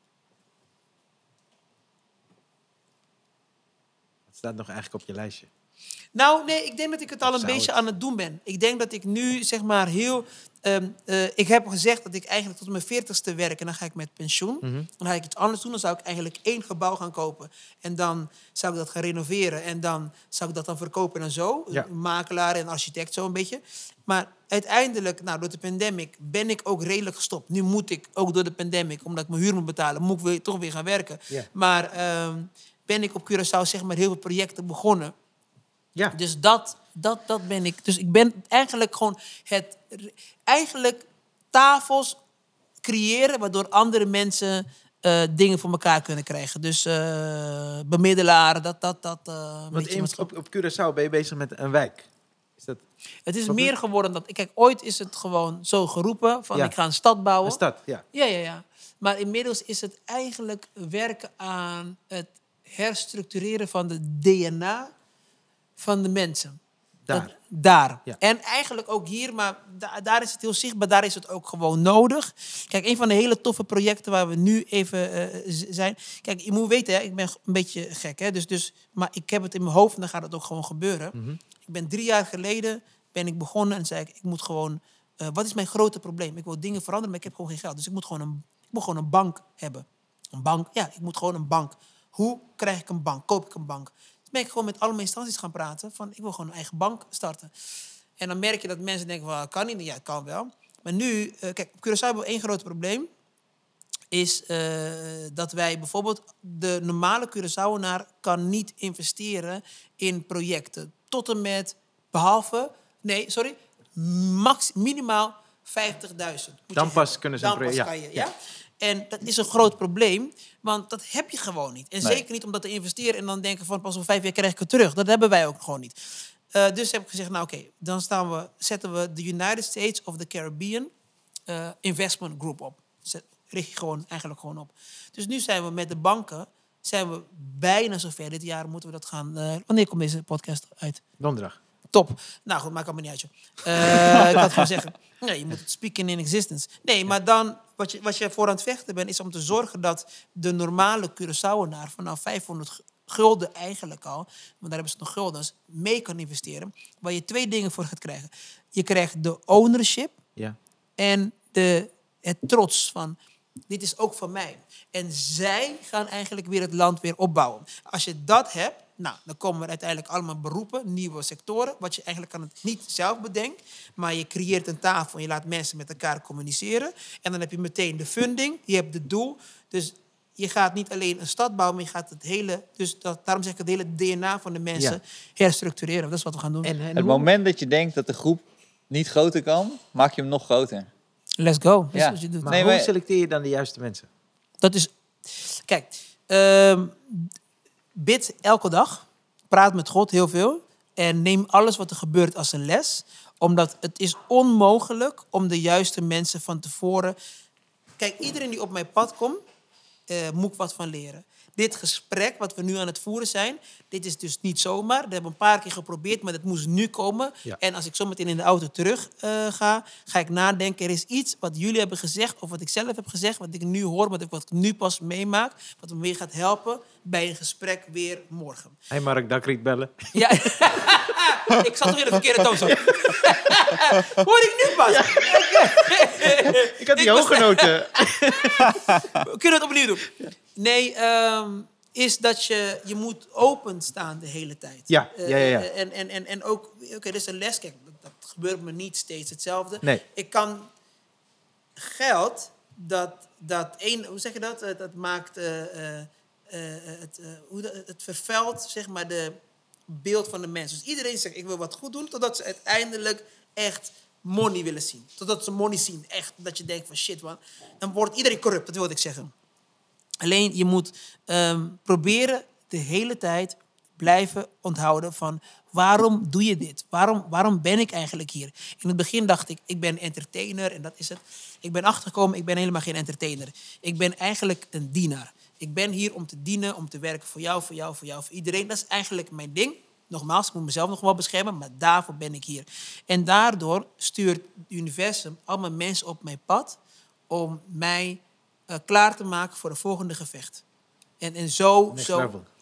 S1: Wat staat nog eigenlijk op je lijstje?
S3: Nou, nee, ik denk dat ik het al een beetje aan het doen ben. Ik denk dat ik nu, zeg maar, ik heb gezegd dat ik eigenlijk tot mijn 40ste werk en dan ga ik met pensioen. Dan ga ik iets anders doen. Dan zou ik eigenlijk 1 gebouw gaan kopen. En dan zou ik dat gaan renoveren. En dan zou ik dat dan verkopen en zo.
S1: Ja.
S3: Makelaar en architect, zo een beetje. Maar uiteindelijk, door de pandemic, ben ik ook redelijk gestopt. Nu moet ik, ook door de pandemic, omdat ik mijn huur moet betalen, moet ik toch weer gaan werken.
S1: Ja.
S3: Maar ben ik op Curaçao, zeg maar, heel veel projecten begonnen.
S1: Ja.
S3: Dus dat ben ik. Dus ik ben eigenlijk gewoon eigenlijk tafels creëren waardoor andere mensen dingen voor elkaar kunnen krijgen. Dus bemiddelaar,
S1: Want op Curaçao ben je bezig met een wijk. Is dat
S3: het is meer geworden dan... Kijk, ooit is het gewoon zo geroepen van ik ga een stad bouwen.
S1: een stad? Ja.
S3: Ja. Maar inmiddels is het eigenlijk werken aan het herstructureren van de DNA van de mensen. Daar.
S1: Ja.
S3: En eigenlijk ook hier, maar daar is het heel zichtbaar. Daar is het ook gewoon nodig. Kijk, een van de hele toffe projecten waar we nu even zijn. Kijk, je moet weten, ik ben een beetje gek. Hè? Maar ik heb het in mijn hoofd en dan gaat het ook gewoon gebeuren. Ik ben 3 jaar geleden begonnen en zei ik moet gewoon... wat is mijn grote probleem? Ik wil dingen veranderen, maar ik heb gewoon geen geld. Dus ik moet gewoon een bank hebben. Een bank? Ja, ik moet gewoon een bank. Hoe krijg ik een bank? Koop ik een bank? Ben ik gewoon met alle instanties gaan praten van ik wil gewoon een eigen bank starten. En dan merk je dat mensen denken van kan niet. Ja, het kan wel. Maar nu, kijk, op Curaçao hebben we 1 groot probleem. Is dat wij bijvoorbeeld de normale Curaçaoenaar kan niet investeren in projecten. Tot en met, minimaal 50.000.
S1: Dan pas kunnen ze een project.
S3: Kan je, ja. En dat is een groot probleem, want dat heb je gewoon niet. En
S1: Nee.
S3: zeker niet om dat te investeren en dan denken van pas over 5 jaar krijg ik het terug. Dat hebben wij ook gewoon niet. Dus heb ik gezegd, dan zetten we de United States of the Caribbean Investment Group op. Richt je eigenlijk gewoon op. Dus nu zijn we met de banken bijna zover. Dit jaar moeten we dat gaan... wanneer komt deze podcast uit?
S1: Donderdag.
S3: Top. Nou goed, maakt allemaal niet uit, joh. Ik had gewoon zeggen, nee, je moet het speaking in existence. Nee, maar dan, wat je voor aan het vechten bent, is om te zorgen dat de normale Curaçaoenaar vanaf 500 gulden eigenlijk al, want daar hebben ze nog guldens, mee kan investeren. Waar je 2 dingen voor gaat krijgen. Je krijgt de ownership en het trots van, dit is ook van mij. En zij gaan eigenlijk weer het land weer opbouwen. Als je dat hebt, dan komen er uiteindelijk allemaal beroepen, nieuwe sectoren, wat je eigenlijk niet zelf bedenkt, maar je creëert een tafel en je laat mensen met elkaar communiceren. En dan heb je meteen de funding, je hebt het doel. Dus je gaat niet alleen een stad bouwen, maar je gaat het hele, daarom zeg ik het hele DNA van de mensen herstructureren. Dat is wat we gaan doen.
S2: En het moment dat je denkt dat de groep niet groter kan, maak je hem nog groter.
S3: Let's go. Dat is wat je doet.
S1: Maar hoe selecteer je dan de juiste mensen?
S3: Dat is... Kijk, bid elke dag. Praat met God heel veel. En neem alles wat er gebeurt als een les. Omdat het is onmogelijk om de juiste mensen van tevoren... Kijk, iedereen die op mijn pad komt, moet ik wat van leren. Dit gesprek wat we nu aan het voeren zijn, dit is dus niet zomaar. Dat hebben we een paar keer geprobeerd, maar dat moest nu komen.
S1: Ja.
S3: En als ik zo meteen in de auto terug ga ik nadenken. Er is iets wat jullie hebben gezegd, of wat ik zelf heb gezegd, wat ik nu hoor, wat ik nu pas meemaak, wat me weer gaat helpen bij een gesprek weer morgen.
S1: Hey Mark, Dakriet bellen.
S3: Ja, ik zat toch in de verkeerde toon zo. Hoor ik nu pas?
S1: Ik had die hooggenoten.
S3: We kunnen het opnieuw doen. Nee, is dat je moet openstaan de hele tijd.
S1: Ja.
S3: En ook, dit is een les. Kijk, dat gebeurt me niet steeds hetzelfde.
S1: Nee.
S3: Ik kan geld, hoe zeg je dat? Dat maakt, het vervuilt, zeg maar, de beeld van de mensen. Dus iedereen zegt, ik wil wat goed doen, totdat ze uiteindelijk echt money willen zien. Totdat ze money zien, echt. Dat je denkt van shit, man. Dan wordt iedereen corrupt, dat wilde ik zeggen. Alleen, je moet proberen de hele tijd blijven onthouden van... waarom doe je dit? Waarom ben ik eigenlijk hier? In het begin dacht ik ben entertainer en dat is het. Ik ben achtergekomen, ik ben helemaal geen entertainer. Ik ben eigenlijk een dienaar. Ik ben hier om te dienen, om te werken voor jou, voor iedereen. Dat is eigenlijk mijn ding. Nogmaals, ik moet mezelf nog wel beschermen, maar daarvoor ben ik hier. En daardoor stuurt het universum allemaal mensen op mijn pad... om mij klaar te maken voor de volgende gevecht. En zo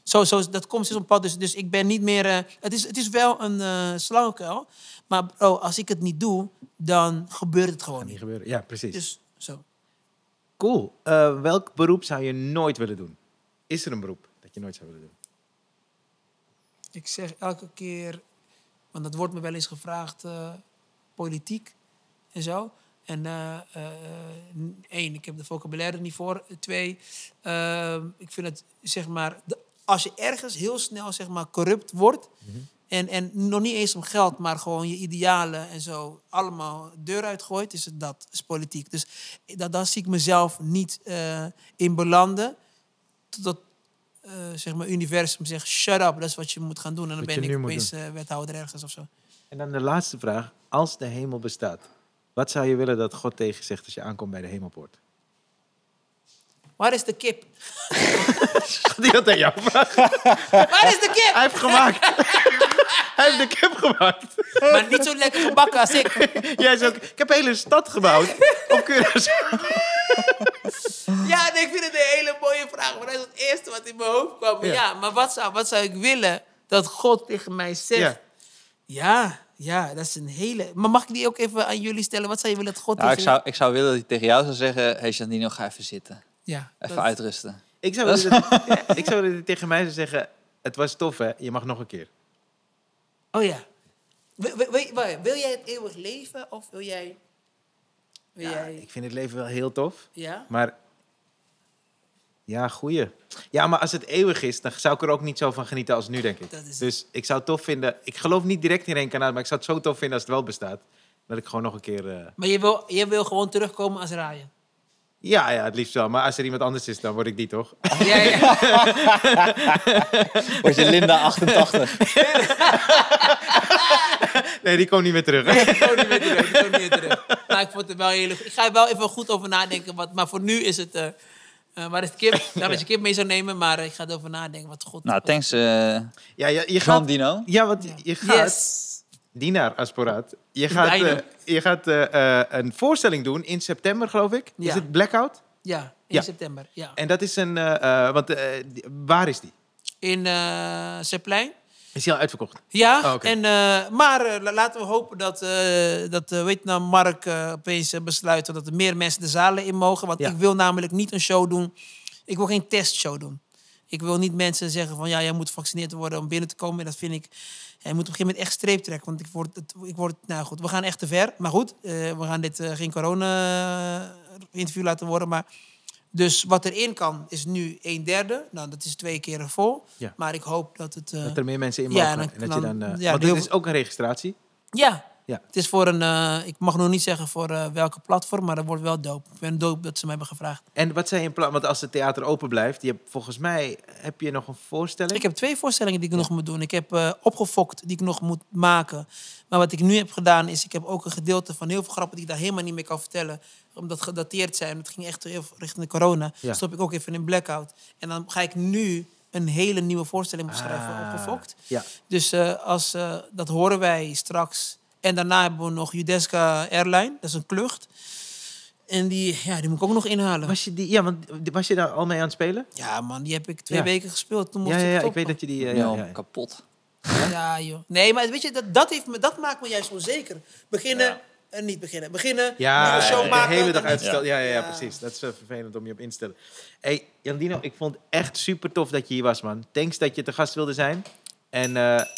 S3: Dat komt dus op pad. Dus ik ben niet meer... Het is wel een slangenkuil. Maar bro, als ik het niet doe, dan gebeurt het gewoon
S1: Kan
S3: niet.
S1: niet gebeuren. Ja, precies.
S3: Dus zo.
S1: Cool. Welk beroep zou je nooit willen doen? Is er een beroep dat je nooit zou willen doen?
S3: Ik zeg elke keer... Want dat wordt me wel eens gevraagd... politiek en zo. En 1, ik heb de vocabulaire er niet voor. 2, ik vind het, zeg maar... als je ergens heel snel, zeg maar, corrupt wordt... En nog niet eens om geld, maar gewoon je idealen en zo... allemaal deur uitgooit, is het dat. Is politiek. Dus daar zie ik mezelf niet in belanden. Totdat, zeg maar, universum zegt... shut up, dat is wat je moet gaan doen. En dan
S1: Wat je
S3: ben ik
S1: nu moet
S3: opeens wethouder ergens of zo.
S1: En dan de laatste vraag. Als de hemel bestaat, wat zou je willen dat God tegen je zegt als je aankomt bij de hemelpoort?
S3: Waar is de kip?
S1: Gaat hij dat aan jou vragen?
S3: Waar is de kip?
S1: Hij heeft gemaakt. Hij heeft de kip gemaakt.
S3: Maar niet zo lekker gebakken als ik.
S1: Jij is ook, ik heb een hele stad gebouwd op Curaçao.
S3: Ja, nee, ik vind het een hele mooie vraag. Maar dat is het eerste wat in mijn hoofd kwam. Ja, maar wat zou ik willen dat God tegen mij zegt? Ja, dat is een hele... Maar mag ik die ook even aan jullie stellen? Wat zou je willen dat God tegen...
S2: Ik zou willen dat hij tegen jou zou zeggen... Hey Janino, ga even zitten.
S3: Ja,
S2: Even uitrusten.
S1: Ik zou willen dat hij tegen mij zou zeggen, het was tof hè, je mag nog een keer.
S3: Oh ja. Wil jij het eeuwig leven of wil jij...
S1: Ik vind het leven wel heel tof.
S3: Ja?
S1: Maar ja, goeie. Ja, maar als het eeuwig is, dan zou ik er ook niet zo van genieten als nu, denk ik.
S3: Dat is het.
S1: Dus ik zou het tof vinden. Ik geloof niet direct in reïncarnatie, maar ik zou het zo tof vinden als het wel bestaat. Dat ik gewoon nog een keer...
S3: Maar je wil gewoon terugkomen als Ryan.
S1: Ja, het liefst wel. Maar als er iemand anders is, dan word ik die toch?
S3: Ja.
S2: Word je Linda 88?
S1: Nee, die komt niet meer terug.
S3: Ik kom niet meer terug. Maar ik vond het wel heel... Ik ga er wel even goed over nadenken. Maar voor nu is het... waar is de kip? Daar is je kip mee zou nemen. Maar ik ga erover nadenken wat God...
S2: Nou, thanks
S1: Ja, je
S2: Jean
S1: gaat...
S2: Dino.
S1: Ja, want je gaat...
S3: Yes.
S1: Dienaar Asporaat.
S3: Dino.
S1: Je gaat een voorstelling doen in september, geloof ik.
S3: Ja.
S1: Is het Blackout?
S3: Ja, in
S1: Ja.
S3: september. Ja.
S1: En dat is een... waar is die?
S3: In Zeppelin.
S1: Is die al uitverkocht?
S3: Ja,
S1: Oh, oké.
S3: maar laten we hopen dat Mark opeens besluit dat er meer mensen de zalen in mogen. Want
S1: Ja.
S3: ik wil namelijk niet een show doen. Ik wil geen testshow doen. Ik wil niet mensen zeggen van ja, jij moet gevaccineerd worden om binnen te komen. Dat vind ik... Ja, je moet op een gegeven moment echt streep trekken. Want ik word nou goed, we gaan echt te ver. Maar goed, we gaan dit geen corona-interview laten worden. Maar dus wat erin kan, is nu 1/3. Nou, dat is 2 keer vol.
S1: Ja.
S3: Maar ik hoop dat het...
S1: Dat er meer mensen in
S3: ja,
S1: mogen.
S3: dan-
S1: en dat je dan,
S3: dan- ja,
S1: want
S3: heel
S1: het is ook een registratie.
S3: Ja.
S1: Ja.
S3: Het is voor een... ik mag nog niet zeggen voor welke platform, maar dat wordt wel dope. Ik ben dope dat ze me hebben gevraagd.
S1: En wat zijn je plannen? Want als het theater open blijft, volgens mij heb je nog een voorstelling.
S3: Ik heb 2 voorstellingen die ik nog moet doen. Ik heb opgefokt die ik nog moet maken. Maar wat ik nu heb gedaan is, ik heb ook een gedeelte van heel veel grappen die ik daar helemaal niet meer kan vertellen. Omdat gedateerd zijn. Het ging echt heel richting de corona.
S1: Ja.
S3: Stop ik ook even in Blackout. En dan ga ik nu een hele nieuwe voorstelling beschrijven, opgefokt.
S1: Ja.
S3: Dus dat horen wij straks. En daarna hebben we nog Judeska Airline. Dat is een klucht. En die moet ik ook nog inhalen.
S1: Was je daar al mee aan het spelen?
S3: Ja man, die heb ik 2
S1: Ja.
S3: weken gespeeld. Toen moest
S1: Ja,
S3: ik
S1: ik weet dat je die...
S2: Kapot.
S3: Ja, joh. Nee, maar weet je, dat maakt me juist onzeker. Beginnen en niet beginnen. Beginnen,
S1: Ja,
S3: een show
S1: de
S3: maken.
S1: hele dag
S3: dan-
S1: uitgesteld. Ja,
S3: Ja.
S1: precies. Dat is vervelend om je op in te stellen. Hey, Jandino, ik vond het echt super tof dat je hier was, man. Thanks dat je te gast wilde zijn. En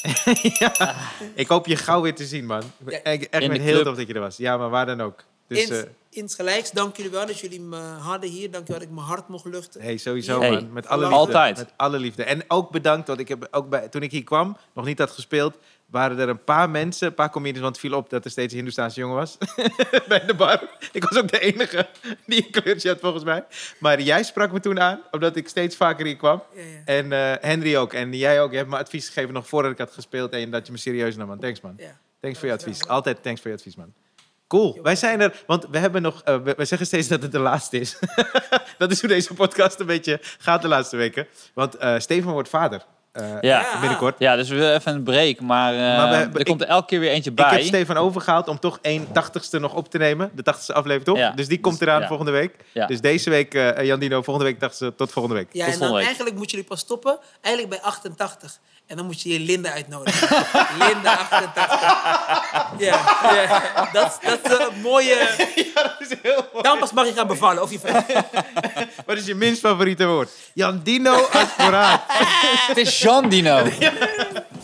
S1: ik hoop je gauw weer te zien, man.
S3: Ja.
S1: Echt
S2: In de
S1: met heel
S2: club.
S1: tof dat je er was. Ja, maar waar dan ook. Dus,
S3: Insgelijks, dank jullie wel dat jullie me hadden hier. Dank jullie dat ik mijn hart mocht luchten.
S1: hey, sowieso,
S2: Hey,
S1: man. Met alle liefde.
S2: altijd.
S1: Met alle liefde. En ook bedankt, want ik heb ook toen ik hier kwam, nog niet had gespeeld, waren er een paar mensen, een paar comedians, want het viel op dat er steeds een Hindoestaanse jongen was bij de bar. Ik was ook de enige die een kleurtje had, volgens mij. Maar jij sprak me toen aan, omdat ik steeds vaker hier kwam.
S3: Ja.
S1: En Henry ook. En jij ook. Je hebt me advies gegeven nog voordat ik had gespeeld en dat je me serieus nam, man. Thanks, man.
S3: Ja.
S1: Thanks voor je advies. Altijd thanks voor je advies, man. Cool. Wij zijn er, want we hebben nog... we zeggen steeds dat het de laatste is. Dat is hoe deze podcast een beetje gaat de laatste weken. Want Stefan wordt vader. binnenkort.
S2: Ja, dus we willen even een break. Maar er komt er elke keer weer eentje bij.
S1: Ik heb Stefan overgehaald om toch 80ste nog op te nemen. De 80ste aflevering, toch?
S2: Ja.
S1: Dus die komt eraan volgende week. Ja. Dus deze week, Jan Dino, volgende week 80ste. Tot volgende week.
S3: Ja,
S2: tot
S3: en dan
S2: week.
S3: eigenlijk moet jullie pas stoppen. Eigenlijk bij 88. En dan moet je Linda uitnodigen. Linda 88. Ja. Dat is een mooie...
S1: Ja, dat is heel mooi.
S3: Dan pas mag je gaan bevallen. Of je...
S1: Wat is je minst favoriete woord? Jan Dino uit voorraad.
S2: Het is Jean Dino.